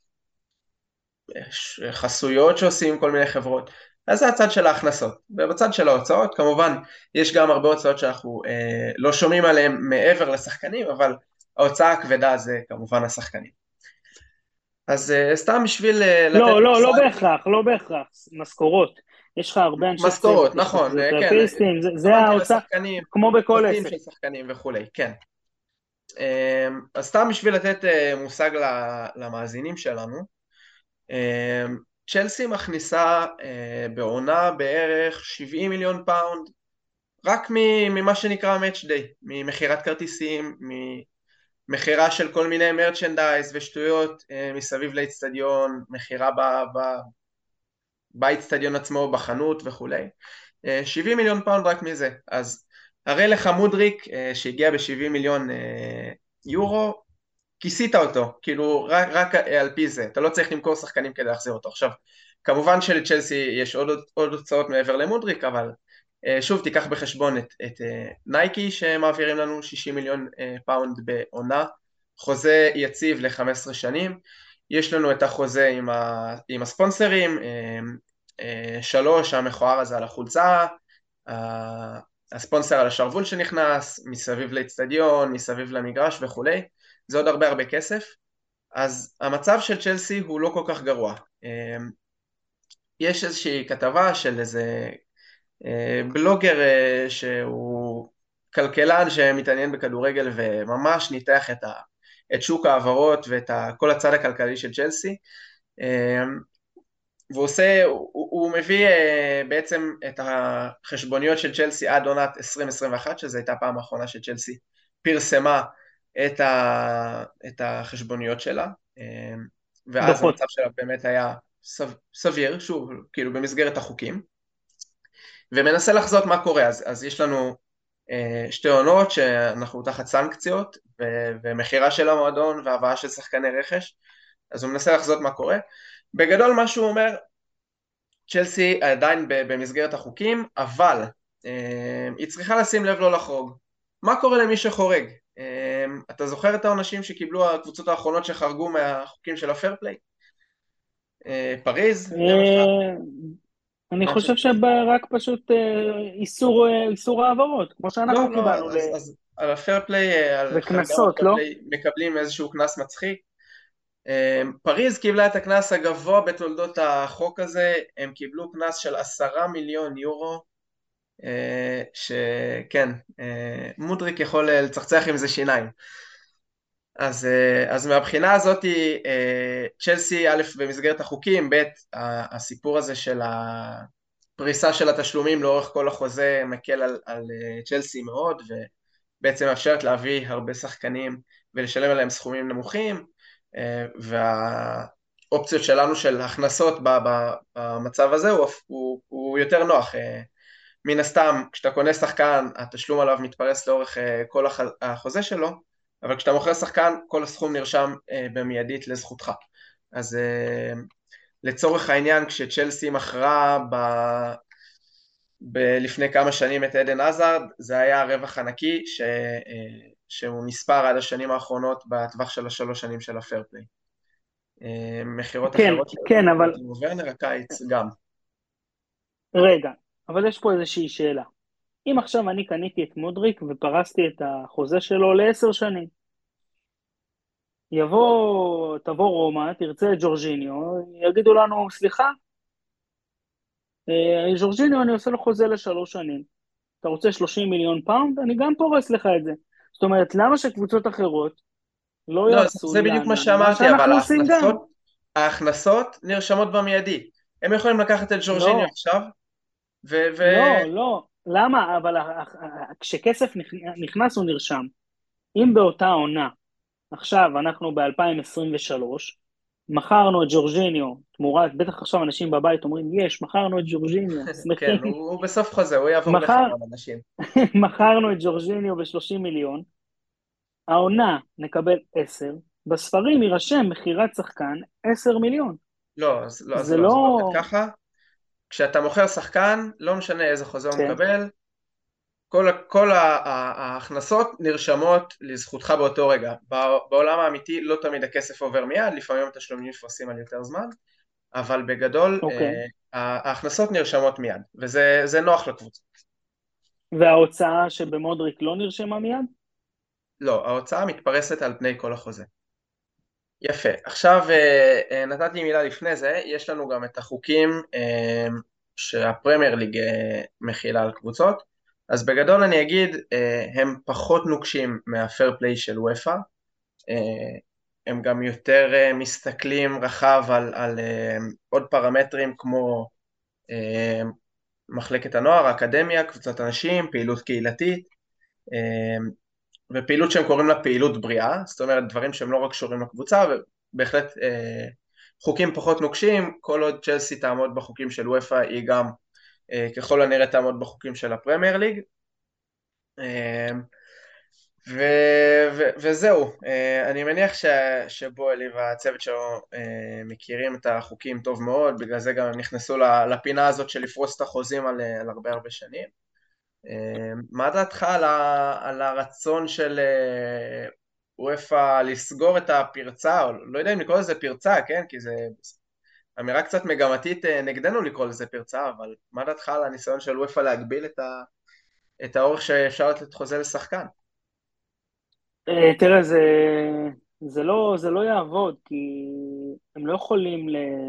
חסויות שעושים כל מיני חברות, אז זה הצד של ההכנסות. ובצד של ההוצאות כמובן יש גם הרבה הוצאות שאנחנו לא שומעים עליהן מעבר לשחקנים, אבל ההוצאה הכבדה זה כמובן השחקנים. אז סתם בשביל לתת... לא בהכרח, לא בהכרח, משכורות. יש לך הרבה אנשי צוות. משכורות, נכון, כן. זה ההוצאה, כמו בכל עסק. של שחקנים וכולי, כן. אז סתם בשביל לתת מושג למאזינים שלנו, צ'לסי מכניסה בעונה בערך 70 מיליון פאונד, רק ממה שנקרא match day, ממחירת כרטיסים, מחירה של כל מיני מרצ'נדייז ושטויות מסביב לאצטדיון, מחירה באצטדיון עצמו, בחנות וכולי. 70 מיליון פאונד רק מזה. אז הרי לך מודריק שהגיע ב-70 מיליון יורו, כיסית אותו, כאילו רק על פי זה, אתה לא צריך למכור שחקנים כדי להחזיר אותו. עכשיו, כמובן שלצ'לסי יש עוד הוצאות מעבר למודריק, אבל שוב תיקח בחשבון את נייקי שמעבירים לנו 60 מיליון פאונד בעונה, חוזה יציב ל-15 שנים, יש לנו את החוזה עם הספונסרים, 3 המכוער הזה על החולצה, הספונסר על השרוול שנכנס, מסביב לאצטדיון, מסביב למגרש וכולי, זה עוד הרבה כסף. אז המצב של צ'לסי הוא לא כל כך גרוע. יש איזושהי כתבה של איזה בלוגר שהוא כלכלן שמתעניין בכדורגל וממש ניתח את שוק העברות ואת כל הצד הכלכלי של צ'לסי, והוא מביא בעצם את החשבוניות של צ'לסי עד עונת 2021, שזו הייתה הפעם האחרונה שצ'לסי פרסמה את החשבוניות שלה, ואז המצב שלה באמת היה סביר, שוב, כאילו במסגרת החוקים, ומנסה לחזות מה קורה. אז יש לנו שתי עונות שאנחנו תחת סנקציות, ומחירה של המועדון והבאה של שחקני רכש, אז הוא מנסה לחזות מה קורה. בגדול מה שהוא אומר, צ'לסי עדיין במסגרת החוקים, אבל היא צריכה לשים לב לא לחרוג. מה קורה למי שחורג? אתה זוכר את העונשים שקיבלו הקבוצות האחרונות שחרגו מהחוקים של הפייר פליי? פריז, למשל. אה, אני עניין של חושב פריז. שרק פשוט איסור העברות, כמו שאנחנו לא, קיבלנו, אז על הפייר פליי, על חריגה וקנסות, מהפייר לא? פליי, מקבלים איזשהו קנס מצחיק. פריז קיבלה את הקנס הגבוה בתולדות החוק הזה, הם קיבלו קנס של 10 מיליון יורו, שכן, מודריק יכול לצחצח עם זה שיניים. אז מהבחינה הזאת, צ'לסי, א', במסגרת החוקים, ב', הסיפור הזה של הפריסה של התשלומים לאורך כל החוזה מקל על צ'לסי מאוד, ובעצם מאפשרת להביא הרבה שחקנים ולשלם עליהם סכומים נמוכים, והאופציות שלנו של הכנסות במצב הזה הוא יותר נוח. מן הסתם, כשאתה קונה שחקן, התשלום עליו מתפרס לאורך כל החוזה שלו, אבל כשאתה מוכר שחקן, כל הסכום נרשם במיידית לזכותך. אז לצורך העניין, כשצ'לסי מכרה לפני כמה שנים את עדן עזארד, זה היה רווח ענקי שהוא נספר עד השנים האחרונות בטווח של 3 שנים של הפייר פליי. מחירות כן, אחרות של כן, אבל טימו ורנר, הקיץ גם. רגע, אבל יש פה איזושהי שאלה. אם עכשיו אני קניתי את מודריק ופרסתי את החוזה שלו ל10 שנים, תבוא רומא, תרצה את ג'ורג'יניו, יגידו לנו, סליחה, ג'ורג'יניו אני עושה לו חוזה ל3 שנים, אתה רוצה 30 מיליון פאונד? אני גם פורס לך את זה. זאת אומרת, למה שקבוצות אחרות לא לא, יעשו זה בדיוק מה מה שאמרתי, אבל שאנחנו עושים גם? ההכנסות נרשמות במיידי. הם יכולים לקחת את ג'ורג'יניו לא, עכשיו, לא, לא. למה? אבל כשכסף נכנס הוא נרשם. אם באותה עונה, עכשיו אנחנו ב-2023, מכרנו את ג'ורג'יניו, תמורת, בטח עכשיו אנשים בבית אומרים, מכרנו את ג'ורג'יניו, כן, שמחים. הוא בסוף חוזה, הוא יעבור מכר, לכמה אנשים. מכרנו את ג'ורג'יניו ב-30 מיליון, העונה נקבל 10, בספרים יירשם מכירת שחקן 10 מיליון. לא, זה זה לא... לא עובד ככה. כשאתה מוכר שחקן, לא משנה איזה חוזה הוא כן. מקבל, כל ההכנסות נרשמות לזכותך באותו רגע. בעולם האמיתי לא תמיד הכסף עובר מיד, לפעמים התשלומים נפרסים על יותר זמן, אבל בגדול אוקיי. ההכנסות נרשמות מיד, וזה נוח לקבוצה. וההוצאה שבמודריק לא נרשמה מיד? לא, ההוצאה מתפרסת על פני כל החוזה. יפה. עכשיו נתתי מילה לפני זה, יש לנו גם את החוקים שהפרמייר ליג מכילה על קבוצות, אז בגדול אני אגיד, הם פחות נוקשים מהפייר פליי של וופא, הם גם יותר מסתכלים רחב על עוד פרמטרים כמו מחלקת הנוער, האקדמיה, קבוצת אנשים, פעילות קהילתית, ופעילות שהם קוראים לה פעילות בריאה, זאת אומרת דברים שהם לא רק קשורים לקבוצה, ובהחלט חוקים פחות נוקשים, כל עוד צ'לסי תעמוד בחוקים של וופא, היא גם ככל הנראה תעמוד בחוקים של הפרמייר ליג, וזהו, אני מניח שבועלי והצוות שלו מכירים את החוקים טוב מאוד, בגלל זה גם הם נכנסו לפינה הזאת של לפרוס את החוזים על הרבה שנים. מה דעתך על הרצון של וופא לסגור את הפרצה, או לא יודע אם לקרוא לזה פרצה, כן? כי זה אמירה קצת מגמתית נגדנו לקרוא לזה פרצה, אבל מה דעתך על הניסיון של וופא להגביל את האורך שאפשר לתת חוזה לשחקן? תראה, זה לא יעבוד, כי הם לא יכולים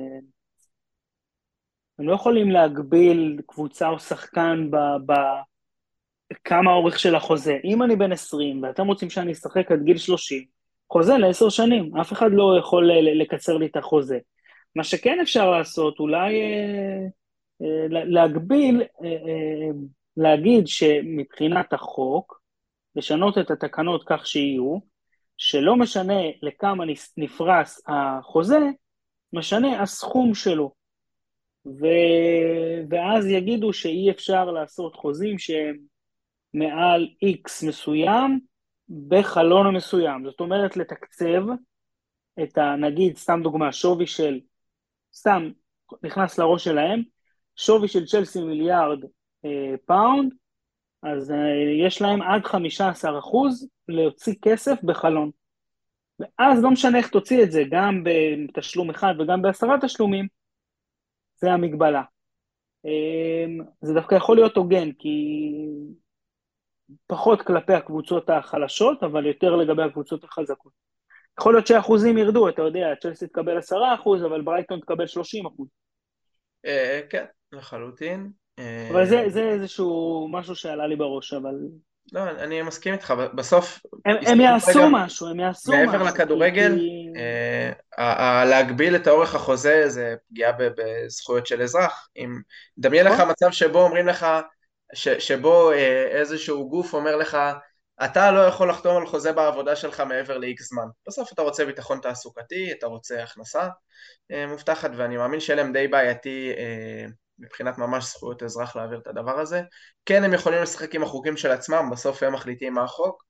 הם לא יכולים להגביל קבוצה או שחקן בכמה האורך של החוזה. אם אני בן 20 ואתם רוצים שאני אשחק עד גיל 30, חוזה ל10 שנים, אף אחד לא יכול לקצר לי את החוזה. מה שכן אפשר לעשות, אולי להגביל, להגיד שמבחינת החוק, לשנות את התקנות כך שיהיו, שלא משנה לכמה נפרס החוזה, משנה הסכום שלו. ואז יגידו שאי אפשר לעשות חוזים שהם מעל X מסוים בחלון מסוים. זאת אומרת, לתקצב את נגיד, סתם דוגמה, שווי של, סתם נכנס לראש שלהם, שווי של צ'לסי מיליארד פאונד, אז יש להם עד 15% להוציא כסף בחלון. ואז לא משנה איך תוציא את זה, גם בתשלום אחד וגם בעשרה תשלומים, זה המגבלה. זה דווקא יכול להיות הוגן, כי פחות כלפי הקבוצות החלשות, אבל יותר לגבי הקבוצות החזקות. יכול להיות שהאחוזים ירדו, אתה יודע, צ'לסי תקבל 10%, אבל ברייטון תקבל 30%. כן, לחלוטין. אבל זה איזשהו משהו שעלה לי בראש, אבל... לא, אני מסכים איתך, בסוף, הם הסתכלות רגע, יעשו משהו, הם יעשו מעבר משהו, כי... לכדורגל, להגביל את האורך החוזה זה פגיעה בזכויות של אזרח. אם דמיין לך נכון? מצב שבו אומרים לך, שבו איזשהו גוף אומר לך, אתה לא יכול לחתום על חוזה בעבודה שלך מעבר ל-X זמן. בסוף אתה רוצה ביטחון תעסוקתי, אתה רוצה הכנסה מובטחת, ואני מאמין שלהם די בעייתי מבחינת ממש זכויות אזרח להעביר את הדבר הזה. כן, הם יכולים לשחק עם החוקים של עצמם, בסוף הם מחליטים מה החוק.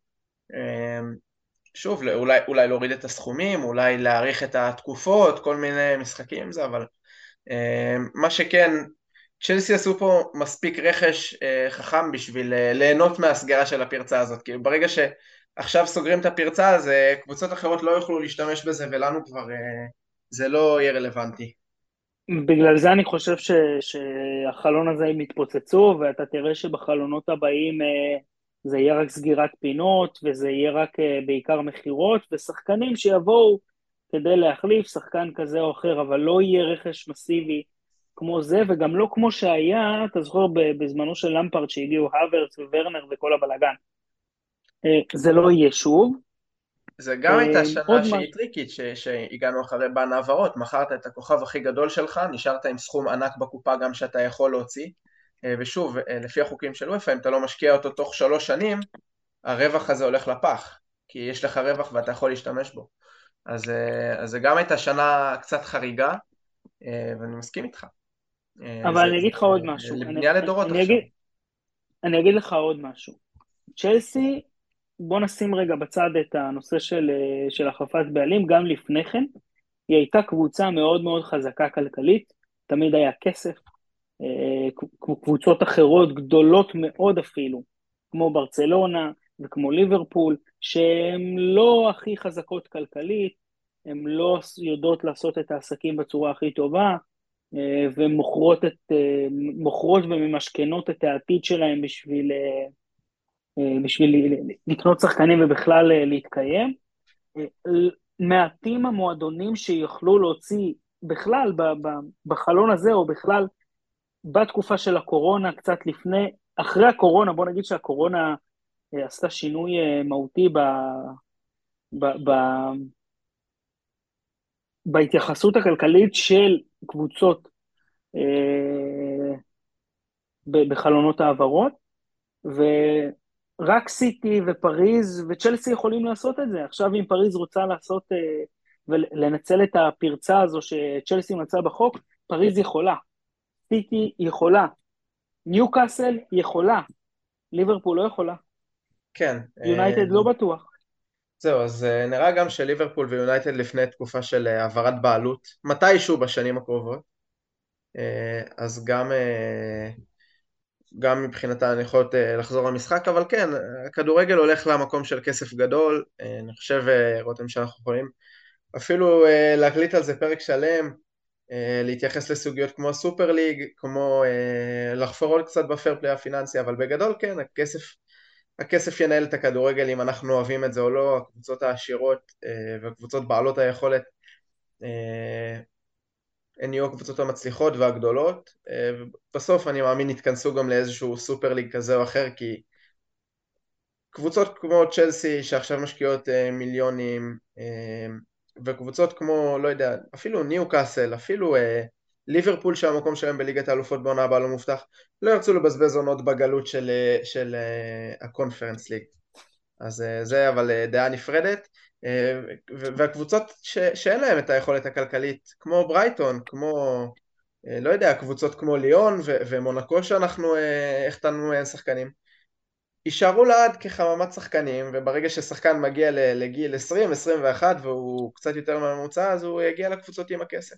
שוב, אולי להוריד את הסכומים, אולי להאריך את התקופות, כל מיני משחקים עם זה, אבל מה שכן, צ'לסי עשו פה מספיק רכש חכם בשביל ליהנות מהסגרה של הפרצה הזאת, כי ברגע שעכשיו סוגרים את הפרצה, אז קבוצות אחרות לא יוכלו להשתמש בזה, ולנו כבר זה לא יהיה רלוונטי. בגלל זה אני חושב שהחלון הזה הם יתפוצצו, ואתה תראה שבחלונות הבאים זה יהיה רק סגירת פינות, וזה יהיה רק בעיקר מחירות, ושחקנים שיבואו כדי להחליף שחקן כזה או אחר, אבל לא יהיה רכש מסיבי כמו זה, וגם לא כמו שהיה, אתה זוכר בזמנו של למפרד שהגיעו הוורץ וורנר וכל הבלגן. זה לא יהיה שוב. זה גם הייתה עוד שנה משהו. שהיא טריקית, שהגענו אחרי בן העברות, מכרת את הכוכב הכי גדול שלך, נשארת עם סכום ענק בקופה גם שאתה יכול להוציא, ושוב, לפי החוקים של וופא, אם אתה לא משקיע אותו תוך 3 שנים, הרווח הזה הולך לפח, כי יש לך רווח ואתה יכול להשתמש בו. אז זה גם הייתה שנה קצת חריגה, ואני מסכים איתך. אבל אני אגיד לך עוד משהו. לבנייה לדורות עכשיו. אני אגיד לך עוד משהו. צ'לסי, בוא נשים רגע בצד את הנושא של החלפת בעלים, גם לפני כן, היא הייתה קבוצה מאוד מאוד חזקה כלכלית, תמיד היה כסף, קבוצות אחרות גדולות מאוד אפילו, כמו ברצלונה וכמו ליברפול, שהן לא הכי חזקות כלכלית, הן לא יודעות לעשות את העסקים בצורה הכי טובה, ומוכרות וממשכנות את העתיד שלהם בשביל לקנות שחקנים ובכלל להתקיים. מעטים המועדונים שיוכלו להוציא בכלל בחלון הזה, או בכלל בתקופה של הקורונה, קצת לפני, אחרי הקורונה, בוא נגיד שהקורונה עשתה שינוי מהותי ב, ב, בהתייחסות הכלכלית של קבוצות בחלונות העברות, ורק סיטי ופריז וצ'לסי יכולים לעשות את זה. עכשיו אם פריז רוצה לעשות ולנצל את הפרצה הזו שצ'לסי מצא בחוק, פריז יכולה, סיטי יכולה, ניוקאסל יכולה, ליברפול לא יכולה, כן. יונייטד לא בטוח. זהו, אז נראה גם שליברפול ויונייטד לפני תקופה של העברת בעלות, מתישהו בשנים הקרובות, אז גם מבחינתה אני יכול לחזור למשחק, אבל כן, הכדורגל הולך למקום של כסף גדול, אני חושב, רותם, שאנחנו יכולים אפילו להקליט על זה פרק שלם, להתייחס לסוגיות כמו הסופר ליג, כמו לחפור עוד קצת בפייר פליי הפיננסי, אבל בגדול כן, הכסף ינהל את הכדורגל אם אנחנו אוהבים את זה או לא, הקבוצות העשירות והקבוצות בעלות היכולת הן יהיו הקבוצות המצליחות והגדולות, ובסוף אני מאמין יתכנסו גם לאיזשהו סופר ליג כזה או אחר, כי קבוצות כמו צ'לסי שעכשיו משקיעות מיליונים, וקבוצות כמו, לא יודע, אפילו ניוקאסל, אפילו ליברפול שהמקום שלהם בליגת האלופות בעונה הבאה לא מובטח, לא ירצו לבזבז עונות בגלות של הקונפרנס ליג. אז זה אבל דעה נפרדת, והקבוצות שאין להם את היכולת הכלכלית, כמו ברייטון, כמו, לא יודע, קבוצות כמו ליון ומונקו שאנחנו החתנו שחקנים, יישארו לעד כחממת שחקנים, וברגע ששחקן מגיע לגיל 20-21 והוא קצת יותר מהממוצע, אז הוא יגיע לקבוצות עם הכסף.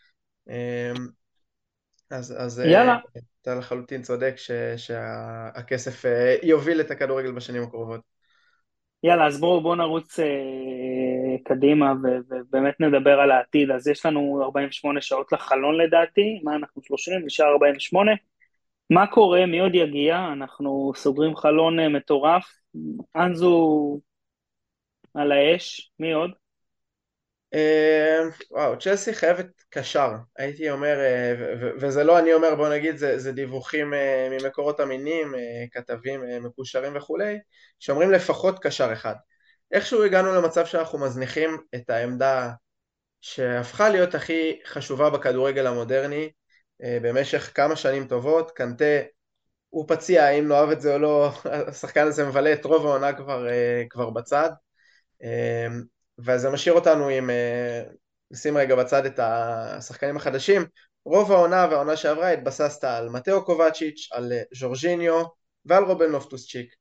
אז יאללה. אתה לחלוטין צודק שהכסף יוביל את הכדורגל בשנים הקרובות. יאללה, אז בואו נרוץ קדימה ובאמת נדבר על העתיד. אז יש לנו 48 שעות לחלון לדעתי, מה אנחנו 30? נשאר 48. מה קורה? מי עוד יגיע? אנחנו סוגרים חלון מטורף. אנזו על האש, מי עוד? וואו, צ'לסי חייבת קשר, הייתי אומר, וזה לא אני אומר, בוא נגיד, זה דיווחים ממקורות אמינים, כתבים מקושרים וכולי, שאומרים לפחות קשר אחד. איכשהו הגענו למצב שאנחנו מזניחים את העמדה שהפכה להיות הכי חשובה בכדורגל המודרני, במשך כמה שנים טובות. קנטה הוא פציע, אם נאהב את זה או לא, השחקן הזה מבלה את רוב העונה כבר בצד. וזה משאיר אותנו עם, נשים רגע בצד את השחקנים החדשים. רוב העונה והעונה שעברה התבססת על מתאו קובצ'יץ', על ז'ורג'יניו ועל רובן לופטוס-צ'יק.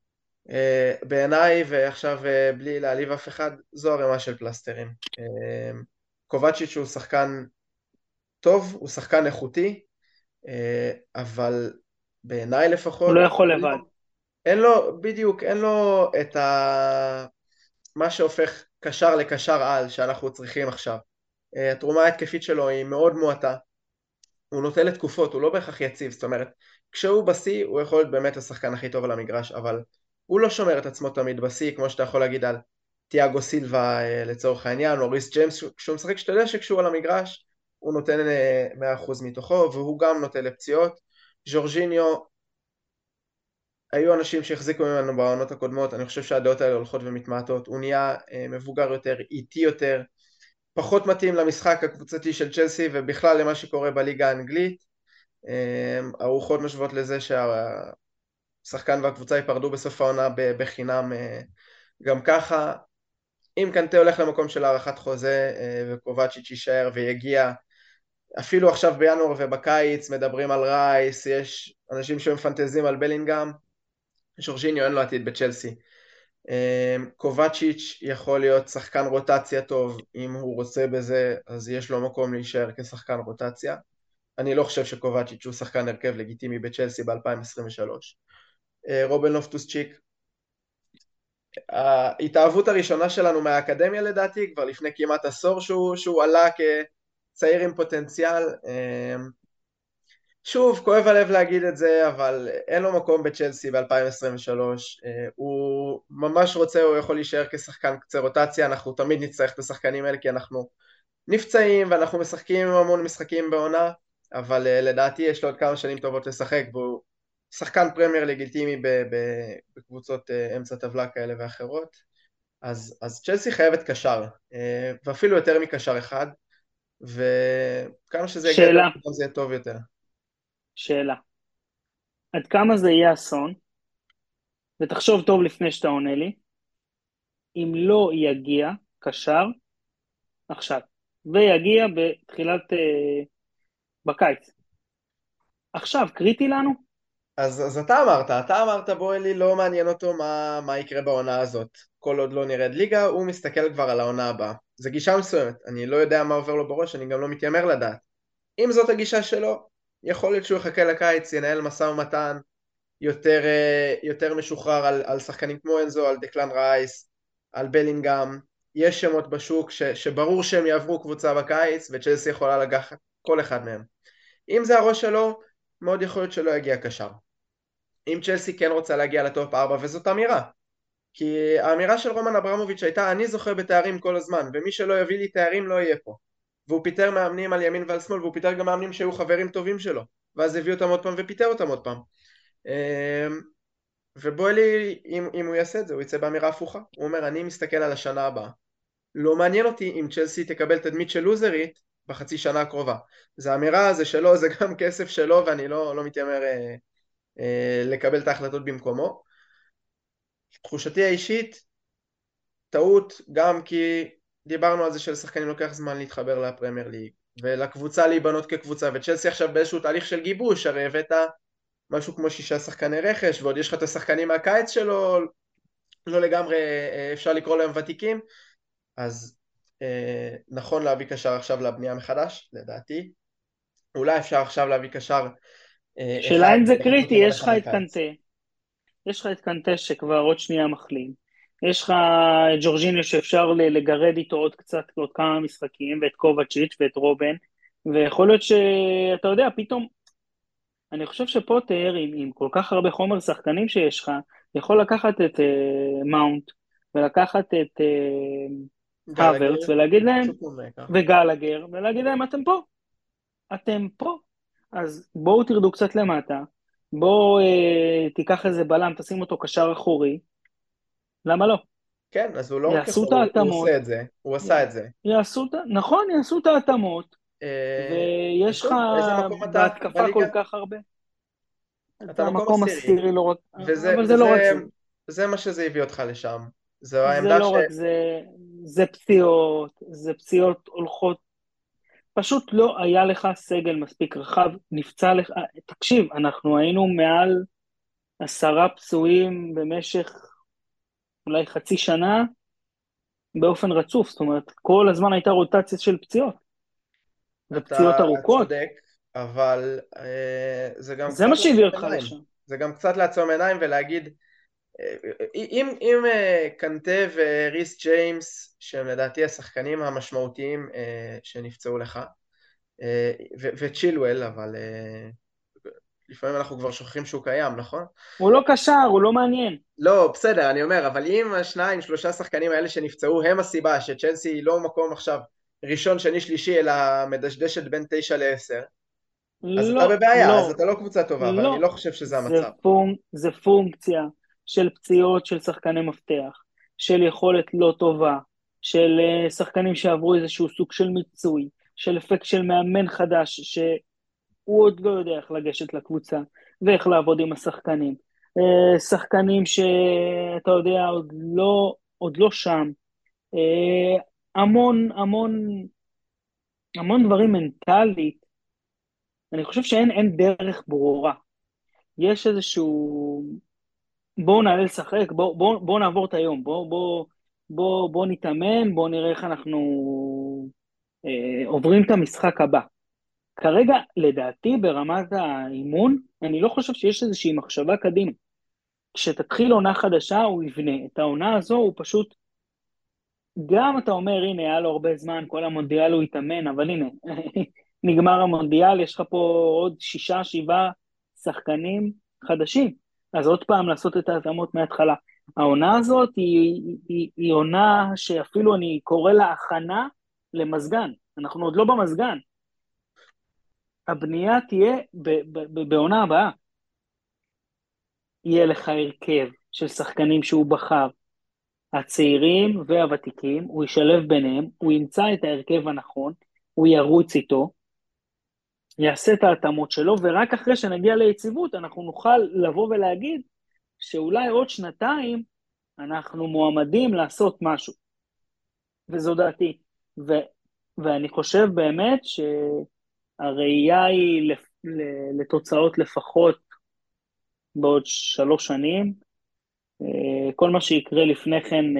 בעיניי, ועכשיו בלי להעליב אף אחד, זו הרמה של פלסטרים. קובצ'יץ' הוא שחקן טוב, הוא שחקן איכותי, אבל בעיניי לפחות, הוא לא יכול לבד. אין לו, בדיוק, אין לו את מה שהופך קשר לקשר על שאנחנו צריכים עכשיו. התרומה ההתקפית שלו היא מאוד מועטה, הוא נוטה לתקופות, הוא לא בהכרח יציב, זאת אומרת, כשהוא בשיא הוא יכול להיות באמת השחקן הכי טוב על המגרש, אבל הוא לא שומר את עצמו תמיד בשיא, כמו שאתה יכול להגיד על תיאגו סילבה לצורך העניין, או ריס ג'יימס, כשהוא משחק, שאתה יודע שכשהוא על המגרש, הוא נותן 100% מתוכו, והוא גם נוטה לפציעות. ז'ורג'יניו, היו אנשים שהחזיקו ממנו בעונות הקודמות, אני חושב שהדעות האלה הולכות ומתמעטות, הוא נהיה מבוגר יותר, איטי יותר, פחות מתאים למשחק הקבוצתי של צ'לסי, ובכלל למה שקורה בליגה האנגלית. הרוחות משוות לזה שהשחקן והקבוצה ייפרדו בסוף העונה בחינם גם ככה. אם קנטה הולך למקום של הערכת חוזה, וקובצ'יץ' יישאר ויגיע, אפילו עכשיו בינואר ובקיץ מדברים על רייס, יש אנשים שמפנטזים על בלינגהם, ז'ורג'יניו אין לו עתיד בצ'לסי. קובצ'יץ' יכול להיות שחקן רוטציה טוב, אם הוא רוצה בזה, אז יש לו מקום להישאר כשחקן רוטציה. אני לא חושב שקובצ'יץ' הוא שחקן הרכב לגיטימי בצ'לסי ב-2023. רובן לופטוס-צ'יק, ההתאהבות הראשונה שלנו מהאקדמיה לדעתי, כבר לפני כמעט עשור שהוא עלה כצעיר עם פוטנציאל. שוב, כואב הלב להגיד את זה, אבל אין לו מקום בצ'לסי ב-2023, הוא ממש רוצה, הוא יכול להישאר כשחקן קצה רוטציה, אנחנו תמיד נצטרך את השחקנים האלה, כי אנחנו נפצעים, ואנחנו משחקים עם המון משחקים בעונה, אבל לדעתי יש לו עוד כמה שנים טובות לשחק, והוא שחקן פרמייר לגיטימי בקבוצות אמצע טבלה כאלה ואחרות, אז צ'לסי חייבת קשר, ואפילו יותר מקשר אחד, וכמה שזה יגיע, זה יהיה טוב יותר. שאלה, עד כמה זה יהיה אסון, ותחשוב טוב לפני שאתה עונה לי, אם לא יגיע קשר עכשיו, ויגיע בתחילת, בקיץ. עכשיו, קריטי לנו? אז אתה אמרת בוא אלי, לא מעניין אותו מה יקרה בעונה הזאת, כל עוד לא נרד ליגה, הוא מסתכל כבר על העונה הבאה. זו גישה מסוימת, אני לא יודע מה עובר לו בראש, אני גם לא מתיימר לדעת. אם זאת הגישה שלו, יכול להיות שהוא יחכה לקיץ, ינהל משא ומתן יותר משוחרר על שחקנים כמו אנזו, על דקלן רייס, על בלינגהם. יש שמות בשוק שברור שהם יעברו קבוצה בקיץ, וצ'לסי יכולה לקחת כל אחד מהם. אם זה הראש שלו, מאוד יכול להיות שלא יגיע קשר. אם צ'לסי כן רוצה להגיע לטופ 4, וזאת אמירה, כי האמירה של רומן אברמוביץ' הייתה, אני זוכה בתארים כל הזמן, ומי שלא יביא לי תארים לא יהיה פה. והוא פיטר מאמנים על ימין ועל שמאל, והוא פיטר גם מאמנים שהיו חברים טובים שלו, ואז הביא אותם עוד פעם ופיטר אותם עוד פעם. ובואלי, אם הוא יעשה את זה, הוא יצא באמירה הפוכה. הוא אומר, אני מסתכל על השנה הבאה. לא מעניין אותי אם צ'לסי תקבל תדמית של לוזרית בחצי שנה הקרובה. זה אמירה, זה שלו, זה גם כסף שלו, ואני לא מתיימר לקבל את ההחלטות במקומו. תחושתי האישית, טעות, גם כי דיברנו על זה שלשחקנים לוקח זמן להתחבר לפרמייר ליג, ולקבוצה להיבנות כקבוצה, וצ'לסי עכשיו באיזשהו תהליך של גיבוש, הרי הבאת משהו כמו 6 שחקני רכש, ועוד יש לך את השחקנים מהקיץ שלו, לא לגמרי אפשר לקרוא להם ותיקים, אז נכון להביא קשר עכשיו לבנייה מחדש, לדעתי. אולי אפשר עכשיו להביא קשר שאלה אם זה קריטי, יש לך את קנטה שכבר עוד שנייה מחלים, יש לך את ג'ורג'יניו שאפשר לגרד איתו עוד קצת, עוד כמה משחקים, ואת קובצ'יץ' ואת רובן, ויכול להיות שאתה יודע, פתאום, אני חושב שפוטר, עם כל כך הרבה חומר שחקנים שיש לך, יכול לקחת את מאונט, ולקחת את גלגר, הוורץ, ולהגיד להם, משהו כמו ככה. וגלגר, ולהגיד להם, אתם פה, אתם פה. אז בואו תרדו קצת למטה, בואו תיקח איזה בלם, תשים אותו קשר אחורי, למה לא? כן, אז הוא לא רק יעשו יכול, את הוא ההתאמות, עושה את זה, הוא עשה את זה. נכון, יעשו את ההתאמות, אז ויש לך טוב, איזה מקום אתה בהתקפה כל בליגה? כך הרבה. אתה זה מקום המקום עשירי, עשירי, לא רק, וזה, אבל זה לא רק וזה, זה. זה מה שזה הביא אותך לשם. זו זה העמדה לא רק זה, זה פציעות הולכות, פשוט לא היה לך סגל מספיק רחב, נפצע לך, תקשיב, אנחנו היינו מעל 10 פצועים במשך אולי חצי שנה באופן רצוף, זאת אומרת, כל הזמן הייתה רוטציה של פציעות, ופציעות אתה ארוכות, צודק, אבל זה גם זה קצת מה שהביא לעצום אותך עיניים. לשם. זה גם קצת לעצום עיניים ולהגיד, אם קנטה וריס ג'יימס, שהם לדעתי השחקנים המשמעותיים שנפצעו לך, וצ'ילואל, אבל לפעמים אנחנו כבר שוכחים שהוא קיים, נכון? הוא לא קשר, הוא לא מעניין. לא, בסדר, אני אומר, אבל אם השניים, שלושה שחקנים האלה שנפצעו הם הסיבה שצ'לסי היא לא מקום עכשיו ראשון, שני, שלישי, אלא מדשדשת בין 9 ל-10, אז אתה לא, בבעיה, אז לא, אתה לא קבוצה טובה, ואני לא. לא חושב שזה המצב. זה פונקציה של פציעות של שחקני מפתח, של יכולת לא טובה, של שחקנים שעברו איזשהו סוג של מיצוי, של אפקט של מאמן חדש, שהוא עוד לא יודע איך לגשת לקבוצה, ואיך לעבוד עם השחקנים. שחקנים שאתה יודע, עוד לא שם. המון, המון, המון דברים מנטלית. אני חושב אין דרך ברורה. יש איזשהו, בואו נעלה לשחק, בואו נעבור את היום, בואו נתאמן, בואו נראה איך אנחנו עוברים את המשחק הבא. כרגע, לדעתי, ברמת האימון, אני לא חושב שיש איזושהי מחשבה קדימה. כשתתחיל עונה חדשה, הוא יבנה. את העונה הזו הוא פשוט, גם אתה אומר, הנה, היה לו הרבה זמן, כל המונדיאל הוא יתאמן, אבל הנה, נגמר המונדיאל, יש לך פה עוד 6-7 שחקנים חדשים. אז עוד פעם לעשות את ההתאמות מההתחלה. העונה הזאת היא עונה שאפילו אני קורא לה הכנה למזגן. אנחנו עוד לא במזגן. הבנייה תהיה בעונה הבאה. יהיה לך הרכב של שחקנים שהוא בחר, הצעירים והוותיקים, הוא ישלב ביניהם, הוא ימצא את ההרכב הנכון, הוא ירוץ איתו, יעשה את ההתאמות שלו, ורק אחרי שנגיע ליציבות, אנחנו נוכל לבוא ולהגיד שאולי עוד שנתיים אנחנו מועמדים לעשות משהו. וזו דעתי. ואני חושב באמת שהראייה היא לתוצאות לפחות בעוד 3 שנים. כל מה שיקרה לפני כן,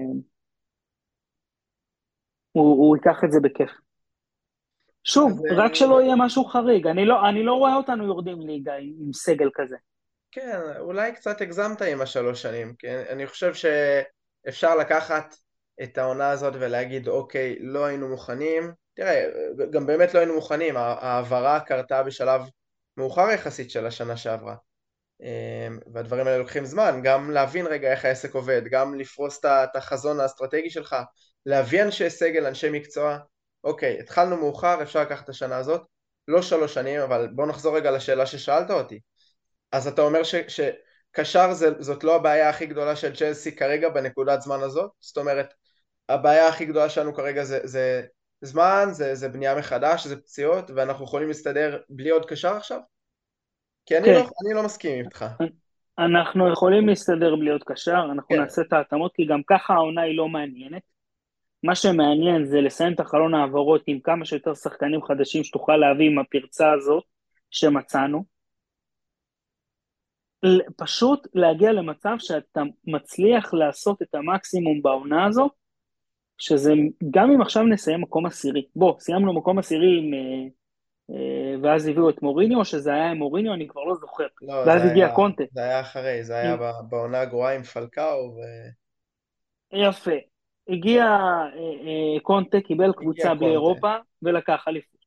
הוא ייקח את זה בכיף. אז שוב, רק שלא יהיה משהו חריג. אני לא רואה אותנו יורדים ליגה עם סגל כזה. כן, אולי קצת הגזמת עם השלוש שנים, כי אני חושב שאפשר לקחת את העונה הזאת ולהגיד, אוקיי, לא היינו מוכנים. תראה, גם באמת לא היינו מוכנים, העברה קרתה בשלב מאוחר יחסית של השנה שעברה. והדברים האלה לוקחים זמן, גם להבין רגע איך העסק עובד, גם לפרוס את החזון האסטרטגי שלך, להביא אנשי סגל, אנשי מקצוע. אוקיי, התחלנו מאוחר, אפשר לקחת את השנה הזאת, לא 3 שנים, אבל בוא נחזור רגע לשאלה ששאלת אותי. אז אתה אומר שקשר זאת לא הבעיה הכי גדולה של צ'לסי כרגע בנקודת זמן הזאת? זאת אומרת, הבעיה הכי גדולה שלנו כרגע זה זמן, זה בנייה מחדש, זה פציעות, ואנחנו יכולים להסתדר בלי עוד קשר עכשיו? כי כן, אני לא מסכים איתך. אנחנו יכולים להסתדר בלי עוד קשר, אנחנו כן, נעשה את ההתאמות, כי גם ככה העונה היא לא מעניינת. מה שמעניין זה לסיים את החלון העברות עם כמה שיותר שחקנים חדשים שתוכל להביא עם הפרצה הזאת שמצאנו. פשוט להגיע למצב שאתה מצליח לעשות את המקסימום בעונה הזו, שזה גם אם עכשיו נסיים מקום עשירי. בוא, סיימנו מקום עשירי עם, ואז הביאו את מוריניו, שזה היה עם מוריניו, אני כבר לא זוכר. לא, ואז הגיע קונטה. זה היה אחרי, זה היה עם, בעונה הגרועה עם פלקאו, יפה. הגיע קונטה, קיבל הגיע קבוצה בלי קונטה. אירופה, ולקח אליפות.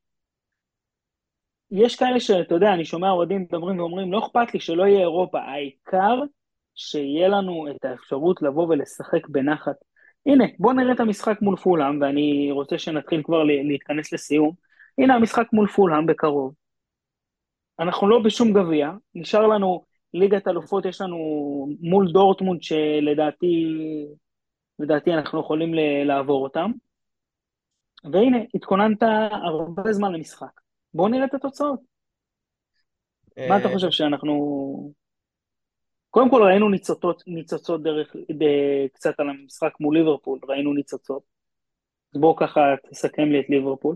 יש כאלה שאתה יודע, אני שומע אוהדים מדברים ואומרים, לא אכפת לי שלא יהיה אירופה, העיקר שיהיה לנו את האפשרות לבוא ולשחק בנחת. הנה, בוא נראה את המשחק מול פולהאם, ואני רוצה שנתחיל כבר להתכנס לסיום. הנה המשחק מול פולהאם בקרוב. אנחנו לא בשום גביע, נשאר לנו ליגת אלופות, יש לנו מול דורטמונד לדעתי אנחנו יכולים לעבור אותם, והנה, התכוננת הרבה זמן למשחק. בואו נראה את התוצאות. מה אתה אה, חושב שאנחנו... קודם כל ראינו ניצוצות קצת על המשחק מול ליברפול, ראינו ניצוצות. אז בואו ככה תסכם לי את ליברפול.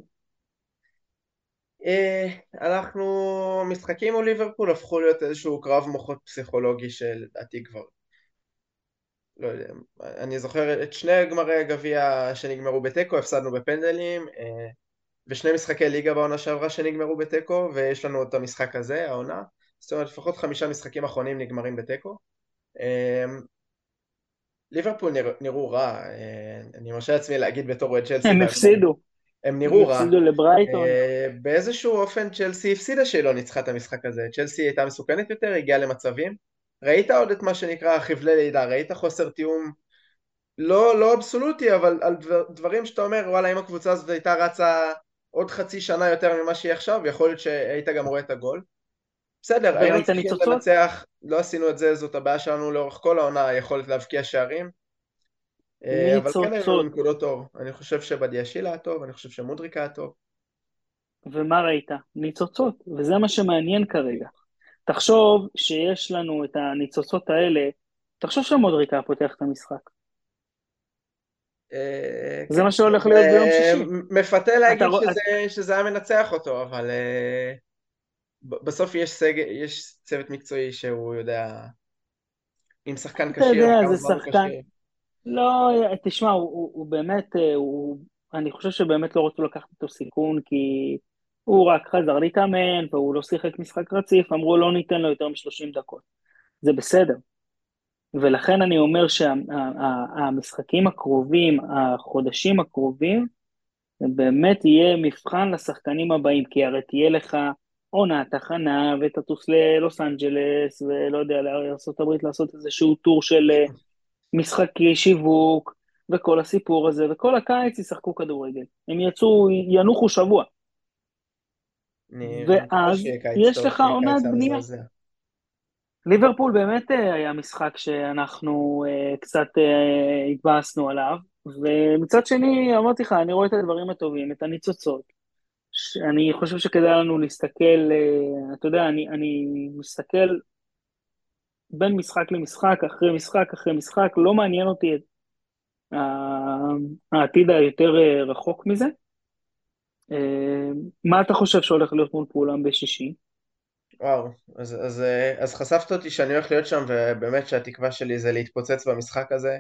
אנחנו, משחקים מול ליברפול הפכו להיות איזשהו קרב מוחות פסיכולוגי שלדעתי כבר, לא יודע, אני זוכר את שני גמרי הגביע שנגמרו בתיקו, הפסדנו בפנדלים, ושני משחקי ליגה בעונה שעברה שנגמרו בתיקו, ויש לנו את המשחק הזה, העונה, זאת אומרת לפחות 5 משחקים אחרונים נגמרים בתיקו. ליברפול נראו רע, אני מרשה לעצמי להגיד בתור אוהד צ'לסי, הם הפסידו, הם הם נראו רע. הפסידו לברייטון. באיזשהו אופן צ'לסי הפסידה שהיא לא ניצחה את המשחק הזה, צ'לסי הייתה מסוכנת יותר, הגיעה למצבים, ראית עוד את מה שנקרא חבלי לידה, ראית חוסר תיאום לא אבסולוטי, אבל על דברים שאתה אומר, וואלה, אם הקבוצה הזאת הייתה רצה עוד חצי שנה יותר ממה שהיא עכשיו, יכול להיות שהיית גם רואה את הגול. בסדר, היינו וראית צריכים ניצוצות? לנצח, לא עשינו את זה, זאת הבעיה שלנו לאורך כל העונה, היכולת להבקיע שערים, אבל כן היו לנו ניצוצות. נקודות אור. אני חושב שבדיאשיל היה טוב, אני חושב שמודריק היה טוב. ומה ראית? ניצוצות, וזה מה שמעניין כרגע. תחשוב שיש לנו את הניצוצות האלה, תחשוב שמודריק היה פותח את המשחק. זה כן, מה שהולך להיות ביום שישי. מפתה להגיד אתה, שזה היה מנצח אותו, אבל בסוף יש צוות מקצועי שהוא יודע, עם שחקן אתה כשיר, יודע, כמה זה זמן הוא שחקן. כשיר. לא, תשמע, הוא באמת, אני חושב שבאמת לא רצו לקחת אותו סיכון, כי הוא רק חזר להתאמן, והוא לא שיחק משחק רציף, אמרו לא ניתן לו יותר מ-30 דקות. זה בסדר. ולכן אני אומר שהמשחקים הקרובים, החודשים הקרובים, זה באמת יהיה מבחן לשחקנים הבאים, כי הרי תהיה לך עונה, תחנה, ותטוס ללוס אנג'לס, ולא יודע, לארצות הברית לעשות איזשהו טור של משחקי שיווק, וכל הסיפור הזה, וכל הקיץ ישחקו כדורגל. הם ינוחו שבוע. אני מקווה ואז שיהיה קיץ יש טוב, לך כי עונת הקיץ היה בנייה. מזעזע. ליברפול באמת היה משחק שאנחנו קצת התבאסנו עליו, ומצד שני, אמרתי לך, אני רואה את הדברים הטובים, את הניצוצות. אני חושב שכדאי לנו להסתכל, אתה יודע, אני מסתכל בין משחק למשחק, אחרי משחק, אחרי משחק, לא מעניין אותי את העתיד היותר רחוק מזה. מה אתה חושב שהולך להיות מול פולהאם בשישי? וואו, אז חשפת אותי שאני הולך להיות שם, ובאמת שהתקווה שלי זה להתפוצץ במשחק הזה.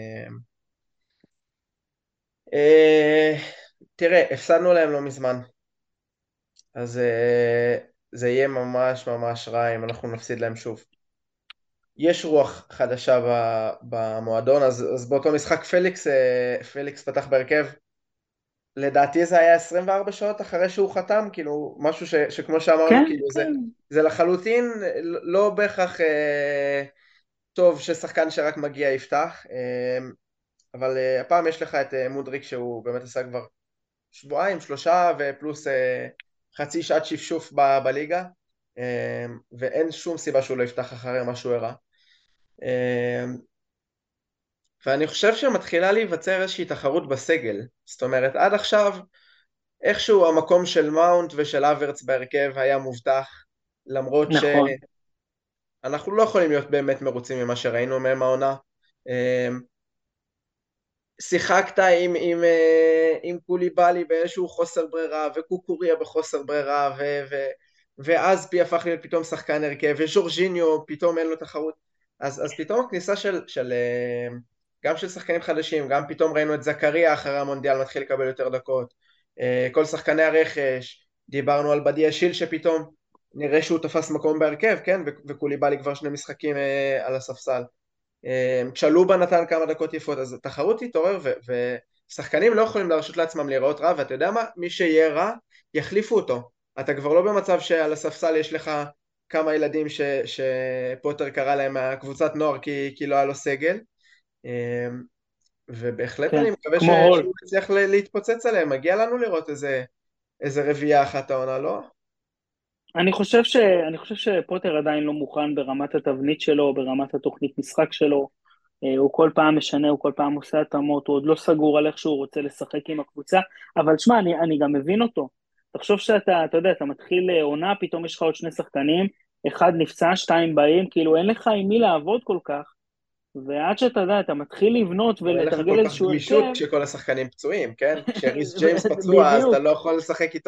תראה, הפסדנו להם לא מזמן, אז זה יהיה ממש ממש רע אם אנחנו נפסיד להם שוב. יש רוח חדשה במועדון, אז באותו משחק פליקס פתח בהרכב, לדעתי זה היה 24 שעות אחרי שהוא חתם, כאילו משהו שכמו שאמרנו, כן, כאילו כן. זה לחלוטין לא בהכרח טוב ששחקן שרק מגיע יפתח, אבל הפעם יש לך את מודריק שהוא באמת עשה כבר שבועיים, 3 ופלוס חצי שעת שפשוף בליגה, ואין שום סיבה שהוא לא יפתח אחרי מה שהוא הראה. ואני חושב שמתחילה להיווצר איזושהי תחרות בסגל, זאת אומרת עד עכשיו איכשהו המקום של מאונט ושל אברץ בהרכב היה מובטח, למרות נכון. שאנחנו לא יכולים להיות באמת מרוצים ממה שראינו מהם העונה. שיחקת עם קוליבאלי באיזשהו חוסר ברירה, וקוקוריה בחוסר ברירה, ואז פי הפך להיות פתאום שחקן הרכב, וז'ורג'יניו פתאום אין לו תחרות, אז פתאום הכניסה גם של שחקנים חדשים, גם פתאום ראינו את זכריה אחרי המונדיאל מתחיל לקבל יותר דקות, כל שחקני הרכש, דיברנו על בדיאשיל שפתאום נראה שהוא תפס מקום בהרכב, כן, וקוליבאלי כבר 2 משחקים על הספסל. צ'לובה נתן כמה דקות יפות, אז התחרות תתעורר, ושחקנים לא יכולים להרשות לעצמם להיראות רע, ואתה יודע מה? מי שיהיה רע, יחליפו אותו. אתה כבר לא במצב שעל הספסל יש לך כמה ילדים שפוטר קרא להם מהקבוצת נוער כי לא היה לו סגל, ובהחלט כן, אני מקווה כמו הול. שהוא יצליח להתפוצץ עליהם, מגיע לנו לראות איזה רביעייה אחת העונה, לא? אני חושב שפוטר עדיין לא מוכן ברמת התבנית שלו, ברמת התוכנית משחק שלו. הוא כל פעם משנה, הוא כל פעם עושה התאמות, הוא עוד לא סגור על איך שהוא רוצה לשחק עם הקבוצה, אבל שמע, אני גם מבין אותו. תחשוב אתה יודע, אתה מתחיל עונה, פתאום יש לך עוד שני שחקנים, אחד נפצע, שתיים באים, כאילו אין לך עם מי לעבוד כל כך, ועד שאתה יודע, אתה מתחיל לבנות אבל אין לך כל ולתרגל כך איזשהו גמישות הרכב, כשכל השחקנים פצועים, כן? כשריס ג'יימס פצוע, אז אתה בדיוק, לא יכול לשחק איתו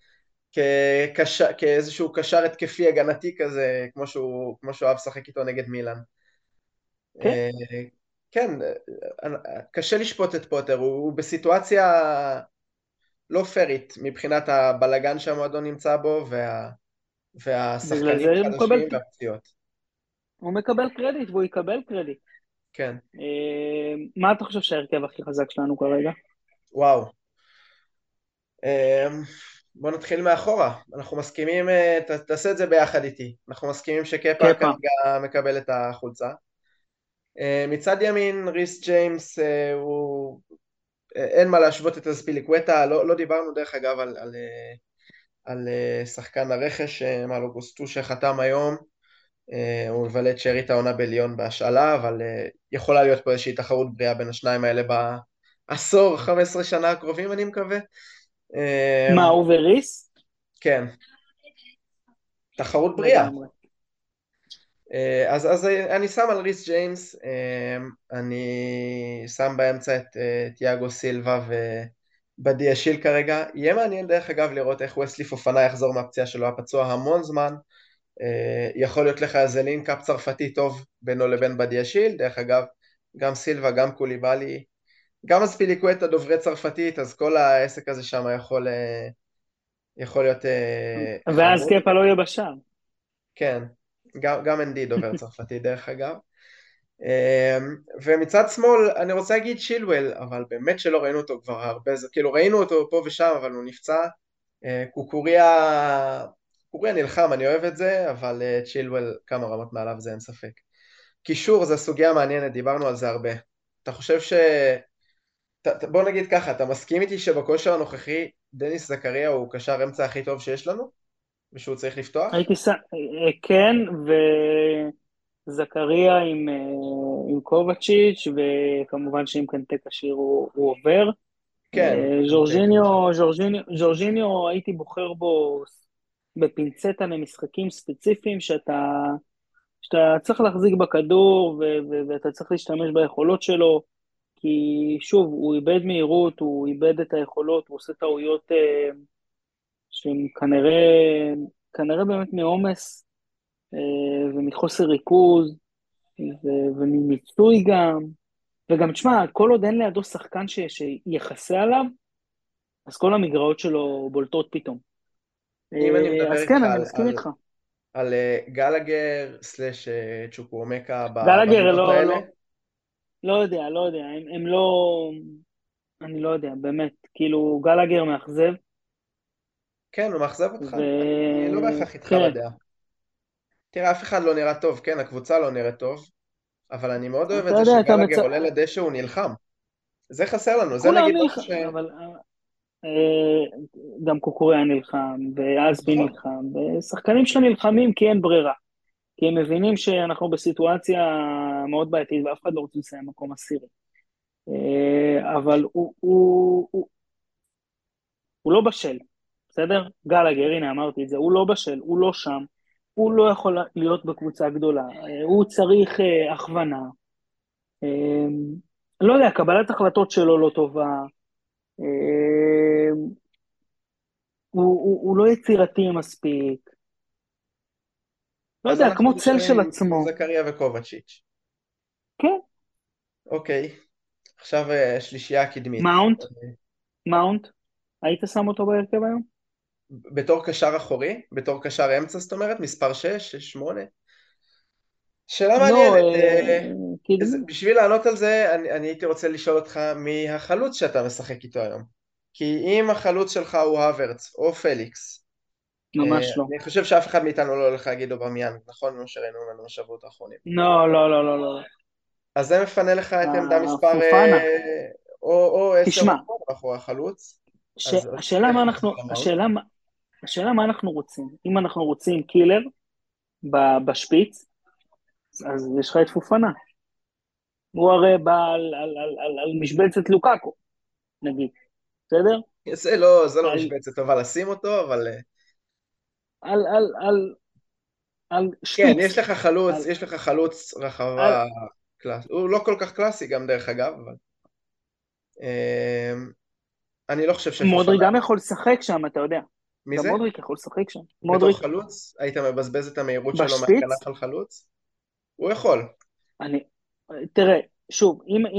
כאיזשהו קשר התקפי הגנתי כזה, כמו שהוא אהב לשחק איתו נגד מילאן. כן, אה, כן, קשה לשפוט את פוטר, הוא בסיטואציה לא פיירית מבחינת הבלגן שהמועדון נמצא בו, בגלל והשחקנים זה החדשים והפציעות. הוא מקבל קרדיט והוא יקבל קרדיט. כן, מה אתה חושב שההרכב הכי חזק שלנו כרגע? וואו. בוא נתחיל מאחורה, אנחנו מסכימים, תעשה את זה ביחד איתי, אנחנו מסכימים שקפה קפה. כרגע מקבל את החולצה. מצד ימין ריס ג'יימס אין מה להשוות את אספיליקווטה, לא דיברנו דרך אגב על שחקן הרכש מאלו גוסטו שחתם היום, הוא מבלה את שארית העונה בליון בהשאלה, אבל יכולה להיות פה איזושהי תחרות בריאה בין השניים האלה בעשור, 15 שנה הקרובים אני מקווה. מה, הוא וריס? כן, תחרות בריאה. לגמרי. אז אני שם על ריס ג'יימס, אני שם באמצע את תיאגו סילבה ובדיה שיל כרגע. יהיה מעניין דרך אגב לראות איך וסלי פופנה יחזור מהפציעה שלו, הפצוע המון זמן. יכול להיות לך איזה לינקאפ צרפתי טוב בינו לבין בדיה שיל, דרך אגב גם סילבה, גם קוליבאלי, גם אספיליקווטה דוברי צרפתית, אז כל העסק הזה שם יכול להיות ואז חמוד. קפה לא יהיה בשער. כן, גם אנדי דובר צרפתי דרך אגב. ומצד שמאל אני רוצה להגיד שילואל, אבל באמת שלא ראינו אותו כבר הרבה, כאילו ראינו אותו פה ושם אבל הוא נפצע. קוקוריה נלחם, אני אוהב את זה, אבל צ'ילואל כמה רמות מעליו זה אין ספק. קישור זה סוגיה מעניינת, דיברנו על זה הרבה. אתה חושב בוא נגיד ככה, אתה מסכים איתי שבכושר הנוכחי דניס זכריה הוא קשר אמצע הכי טוב שיש לנו? ושהוא צריך לפתוח? כן, וזכריה עם קובצ'יץ', וכמובן שאם קנטה כשיר הוא עובר. כן. ז'ורג'יניו הייתי בוחר בו בפינצטה למשחקים ספציפיים שאתה צריך להחזיק בכדור ואתה צריך להשתמש ביכולות שלו, כי שוב, הוא איבד מהירות, הוא איבד את היכולות, הוא עושה טעויות שהן כנראה באמת מעומס ומחוסר ריכוז וממיצוי גם, וגם תשמע, כל עוד אין לידו שחקן שיחסה עליו, אז כל המגרעות שלו בולטות פתאום. אם אני מדבר אז כן, איתך אני מסכים איתך. על גלגר סלש צ'וקוומקה גלגר, בליגות האלה? לא יודע, הם לא, אני לא יודע, באמת, כאילו גלגר מאכזב. כן, הוא מאכזב אותך, אני לא בהכרח איתך כן, בדעה. תראה, אף אחד לא נראה טוב, כן, הקבוצה לא נראית טוב, אבל אני מאוד אוהב אתה את זה יודע, שגלגר עולה לדשא, הוא נלחם. זה חסר לנו, זה כולם נגיד נלחם, משהו אבל גם קוקוריה נלחם, ואספי נכון, נלחם, ושחקנים שנלחמים כי אין ברירה. כי הם מבינים שאנחנו בסיטואציה מאוד בעייתית, ואף אחד לא רוצה לסיים מקום עשירי. אבל הוא לא בשל, בסדר? גלגר, הנה אמרתי את זה, הוא לא בשל, הוא לא שם, הוא לא יכול להיות בקבוצה גדולה, הוא צריך הכוונה. אה, לא יודע, קבלת החלטות שלו לא טובה, אה, הוא לא יצירתי מספיק, לא אז יודע, אנחנו כמו צל של נשארים עם עצמו. זכריה וקובצ'יץ'. כן, אוקיי, עכשיו שלישייה קדמית. מאונט, היית שם אותו בהרכב היום? בתור קשר אחורי, בתור קשר אמצע, זאת אומרת, מספר 6, 6, 8. שאלה לא, מעניינת. כאילו, בשביל לענות על זה, אני הייתי רוצה לשאול אותך מי החלוץ שאתה משחק איתו היום. כי אם החלוץ שלך הוא הוורץ או פליקס, ממש לא. אני חושב שאף אחד מאיתנו לא הולך להגיד אובמיאנג, נכון? כמו שראינו ממנו בשבועות האחרונים. לא, לא, לא, לא, לא. אז זה מפנה לך את עמדה מספר פופנה. או 10 תשמע, או 8 מאחורי החלוץ. אז השאלה איך מה אתה עושה אנחנו, למהות? השאלה מה אנחנו רוצים. אם אנחנו רוצים קילר בשפיץ, אז יש לך את פופנה. הוא הרי בא על משבצת לוקאקו, נגיד, בסדר? זה לא על, משבצת טובה לשים אותו, אבל על, על, על, על כן, שפיץ. על, יש לך חלוץ על, רחבה קלאסי. הוא לא כל כך קלאסי גם דרך אגב, אבל אני לא חושב מודריק שפופנה, גם יכול לשחק שם, אתה יודע. מי גם זה? מודריק יכול לשחק שם. בתור מודריק חלוץ? היית מבזבז את המהירות שלו מהכנף בשפיץ, על חלוץ? הוא יכול. אני, תראה, שוב,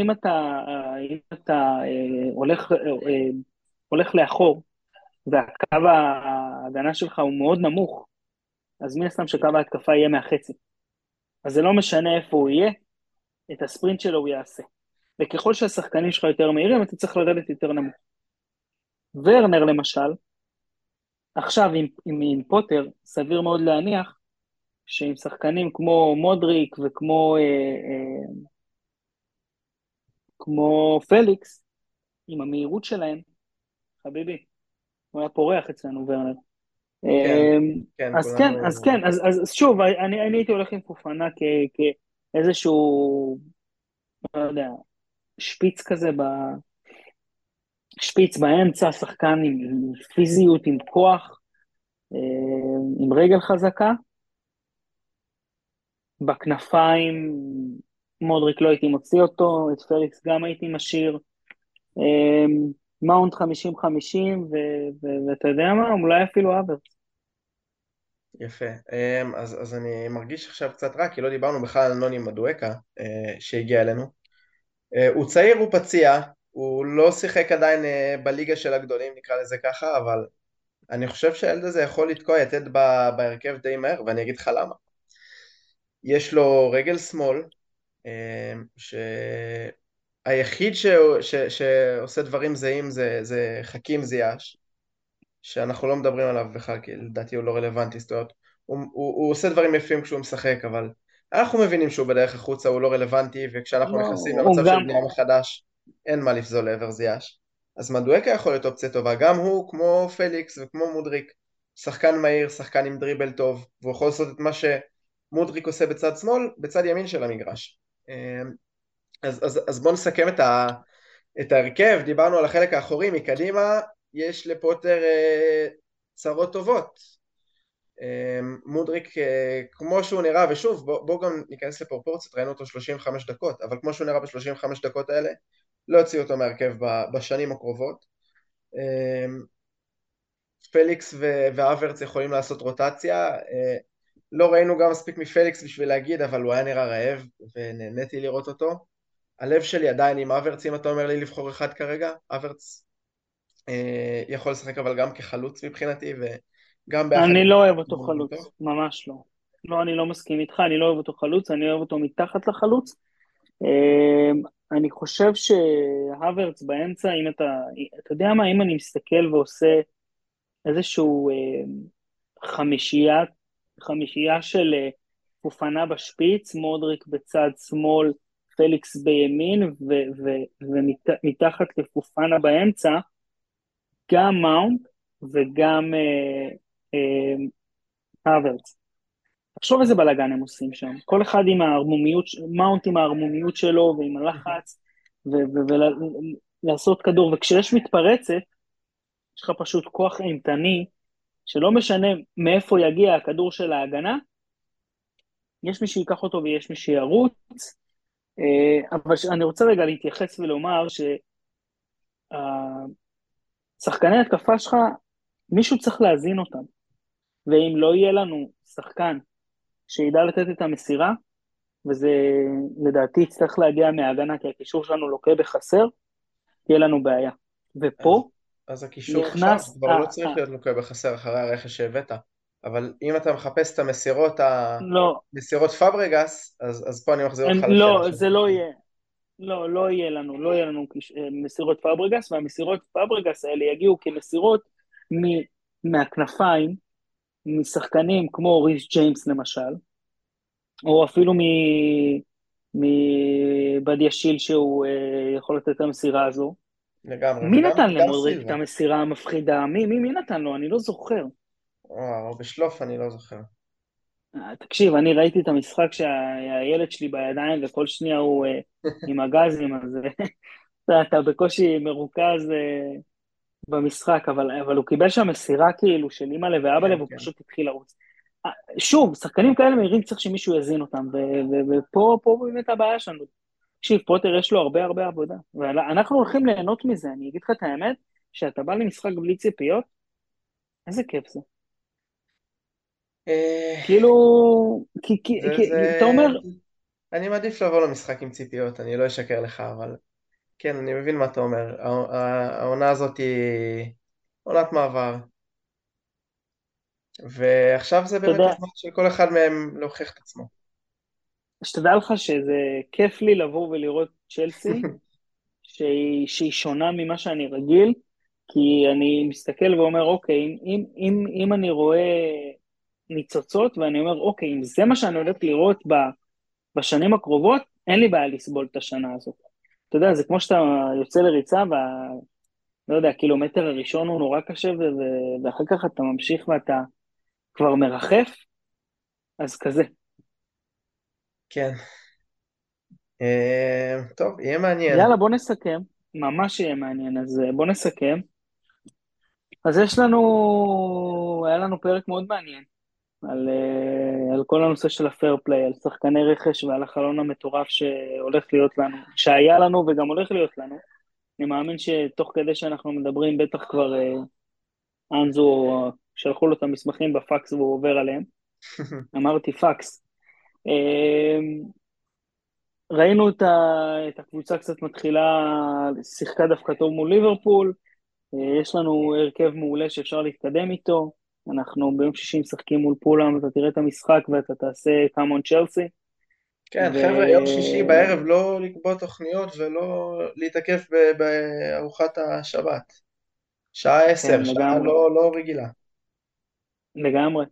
אם אתה הולך לאחור, והקו ההגנה שלך הוא מאוד נמוך, אז מן הסתם שקו ההתקפה יהיה מהחצי. אז זה לא משנה איפה הוא יהיה, את הספרינט שלו הוא יעשה. וככל שהשחקנים שלך יותר מהירים, אתה צריך לרדת יותר נמוך. ורנר למשל, עכשיו עם פוטר, סביר מאוד להניח, שעם שחקנים כמו מודריק וכמו כמו פליקס, עם המהירות שלהם, חביבי, הוא היה פורח אצלנו ורנר. כן, אמ, כן, אז כן, כולנו... אז כן, אז שוב, אני הייתי הולך עם פופנה כאיזשהו, לא יודע, שפיץ כזה, שפיץ באמצע, שחקן עם פיזיות, עם כוח, עם רגל חזקה, בכנפיים, מודריק לא הייתי מוציא אותו, את פליקס גם הייתי משאיר, מאונט 50-50, ואתה יודע מה, אולי אפילו אברץ. יפה. אז אני מרגיש עכשיו קצת רע, כי לא דיברנו בכלל על נוני מדואקה שהגיע אלינו. הוא צעיר, הוא פציע, הוא לא שיחק עדיין בליגה של הגדולים, נקרא לזה ככה, אבל אני חושב שהילד הזה יכול לתקוע יתד בהרכב די מהר, ואני אגיד לך למה. יש לו רגל שמאל, שהיחיד שעושה דברים זהים זה חכים זיאש, שאנחנו לא מדברים עליו בכלל, כי לדעתי הוא לא רלוונטי, זאת אומרת, הוא עושה דברים יפים כשהוא משחק, אבל אנחנו מבינים שהוא בדרך החוצה, הוא לא רלוונטי, וכשאנחנו לא, נכנסים הוא למצב של גם, בנייה מחדש, אין מה לפזול לעבר זיאש. אז מדואקה יכול להיות אופציה טובה, גם הוא כמו פליקס וכמו מודריק, שחקן מהיר, שחקן עם דריבל טוב, והוא יכול לעשות את מה שמודריק עושה בצד שמאל, בצד ימין של המגרש. אז בואו נסכם את ההרכב, דיברנו על החלק האחורי, מקדימה יש לפוטר צרות טובות. מודריק כמו שהוא נראה, ושוב בואו גם ניכנס לפרופורציות, ראינו אותו 35 דקות, אבל כמו שהוא נראה ב-35 דקות האלה, לא הוציאו אותו מהרכב בשנים הקרובות. פליקס והאברץ יכולים לעשות רוטציה, לא ראינו גם מספיק מפליקס בשביל להגיד, אבל הוא היה נראה רעב ונהניתי לראות אותו. הלב שלי עדיין עם אברץ, אם אתה אומר לי לבחור אחד כרגע, אברץ יכול לשחק אבל גם כחלוץ מבחינתי, וגם ביחד אני עם... לא אוהב אותו חלוץ, ממש לא. לא, אני לא מסכים איתך, אני לא אוהב אותו חלוץ, אני אוהב אותו מתחת לחלוץ. אני חושב שהוורץ באמצע, אם אתה יודע מה, אם אני מסתכל ועושה איזשהו חמישייה של פופנה בשפיץ, מודריק בצד שמאל, פליקס בימין, ומתחת לפופנה באמצע, גם מאונט וגם הוורץ. תחשוב איזה בלאגן הם עושים שם. כל אחד עם הערמומיות, מאונט עם הערמומיות שלו ועם הלחץ, ולעשות כדור. וכשיש מתפרצת, יש לך פשוט כוח אימתני, שלא משנה מאיפה יגיע הכדור של ההגנה, יש מי שיקח אותו ויש מי שירוץ. אבל אני רוצה רגע להתייחס ולומר ששחקני התקפה שלך, מישהו צריך להזין אותם. ואם לא יהיה לנו שחקן שידע לתת את המסירה, וזה לדעתי יצטרך להגיע מההגנה, כי הקישור שלנו לוקה בחסר, תהיה לנו בעיה. ופה אז הקישור עכשיו נכנס, כבר לא צריך להיות לוקה בחסר אחרי הרכש שהבאת. אבל אם אתה מחפש את לא, מסירות פאברגס, אז פה אני מחזיר אותך לשאלה לא, שלך. זה לא יהיה. לא, לא יהיה לנו מסירות פאברגס, והמסירות פאברגס האלה יגיעו כמסירות מהכנפיים, משחקנים כמו ריס ג'יימס למשל, או אפילו מבדיה שיל שהוא יכול לתת את המסירה הזו. לגמרי, מי וגם נתן גם למודריק את סילבה. המסירה המפחידה? מי נתן לו? אני לא זוכר. או בשלוף אני לא זוכר. תקשיב, אני ראיתי את המשחק שהילד שלי בידיים, וכל שנייה הוא עם הגזים, אז אתה בקושי מרוכז במשחק, אבל הוא קיבל שם מסירה כאילו של אימא לב ואבא כן, לב, והוא כן. פשוט התחיל לרוץ. שוב, שחקנים כאלה מהירים צריך שמישהו יזין אותם, ופה באמת הבעיה שלנו. תקשיב, פוטר יש לו הרבה הרבה עבודה, ואנחנו הולכים ליהנות מזה, אני אגיד לך את האמת, שאתה בא למשחק בלי ציפיות, איזה כיף זה. אה, כאילו, זה, זה... אתה אומר, אני מעדיף לבוא למשחק עם ציפיות, אני לא אשקר לך, אבל כן, אני מבין מה אתה אומר. העונה הזאת היא עונת מעבר, ועכשיו זה אתה באמת יודע, הזמן של כל אחד מהם להוכיח את עצמו. שתדע לך שזה כיף לי לבוא ולראות צ'לסי, שהיא שונה ממה שאני רגיל, כי אני מסתכל ואומר, אוקיי, אם אני רואה ניצוצות, ואני אומר, אוקיי, אם זה מה שאני הולך לראות בשנים הקרובות, אין לי בעיה לסבול את השנה הזאת. אתה יודע, זה כמו שאתה יוצא לריצה, לא יודע, הקילומטר הראשון הוא נורא קשה, ואחר כך אתה ממשיך ואתה כבר מרחף, אז כזה. כן. טוב, יהיה מעניין. יאללה, בוא נסכם, ממש יהיה מעניין, אז בוא נסכם. אז היה לנו פרק מאוד מעניין, על כל הנושא של הפייר פליי, על שחקני רכש ועל החלון המטורף שהולך להיות לנו, שהיה לנו וגם הולך להיות לנו. אני מאמין שתוך כדי שאנחנו מדברים, בטח כבר אנזו, שלחו לו את המסמכים בפקס והוא עובר עליהם. אמרתי פקס. אה, ראינו את הקבוצה קצת מתחילה, שיחקה דווקא טוב מול ליברפול, יש לנו הרכב מעולה שאפשר להתקדם איתו, אנחנו ביום שישי משחקים מול פולאם, אתה תראה את המשחק ואתה תעשה קאמון צ'לסי, כן, חבר'ה, יום שישי בערב לא לקבוע תוכניות ולא להתעכב בארוחת השבת. שעה 10, כן, שעה לגמרי, לא רגילה. לגמרי.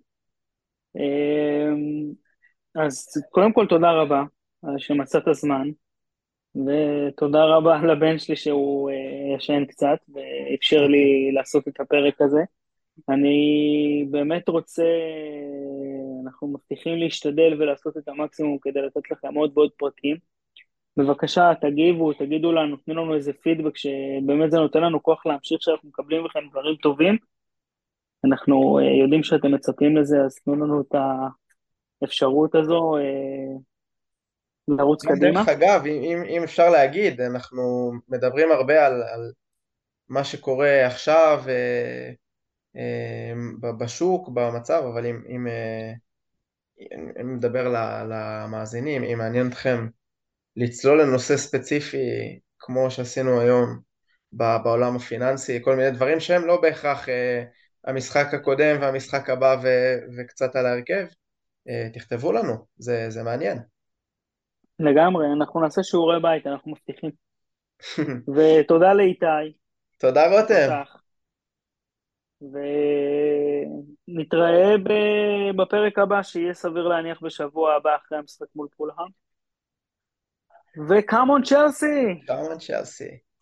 אז קודם כל תודה רבה שמצאת זמן, ותודה רבה לבן שלי שהוא ישן קצת, ואפשר לי לעשות את הפרק הזה. אני באמת רוצה, אנחנו מבטיחים להשתדל ולעשות את המקסימום כדי לתת לכם עוד ועוד פרקים. בבקשה, תגיבו, תגידו לנו, תנו לנו איזה פידבק, שבאמת זה נותן לנו כוח להמשיך, שאנחנו מקבלים לכם דברים טובים. אנחנו יודעים שאתם מצפים לזה, אז תנו לנו את האפשרות הזו לרוץ גם קדימה. דרך אגב, אם אפשר להגיד, אנחנו מדברים הרבה על מה שקורה עכשיו בשוק, במצב, אבל אם נדבר למאזינים, אם מעניין אתכם לצלול לנושא ספציפי, כמו שעשינו היום בעולם הפיננסי, כל מיני דברים שהם לא בהכרח המשחק הקודם והמשחק הבא וקצת על ההרכב, תכתבו לנו, זה מעניין. לגמרי, אנחנו נעשה שיעורי בית, אנחנו מבטיחים. ותודה לאיתי, תודה רותם, התותח, ונתראה בפרק הבא, שיהיה סביר להניח בשבוע הבא אחרי המשחק מול פולהאם. וקאמון צ'לסי! כמובן שעשי.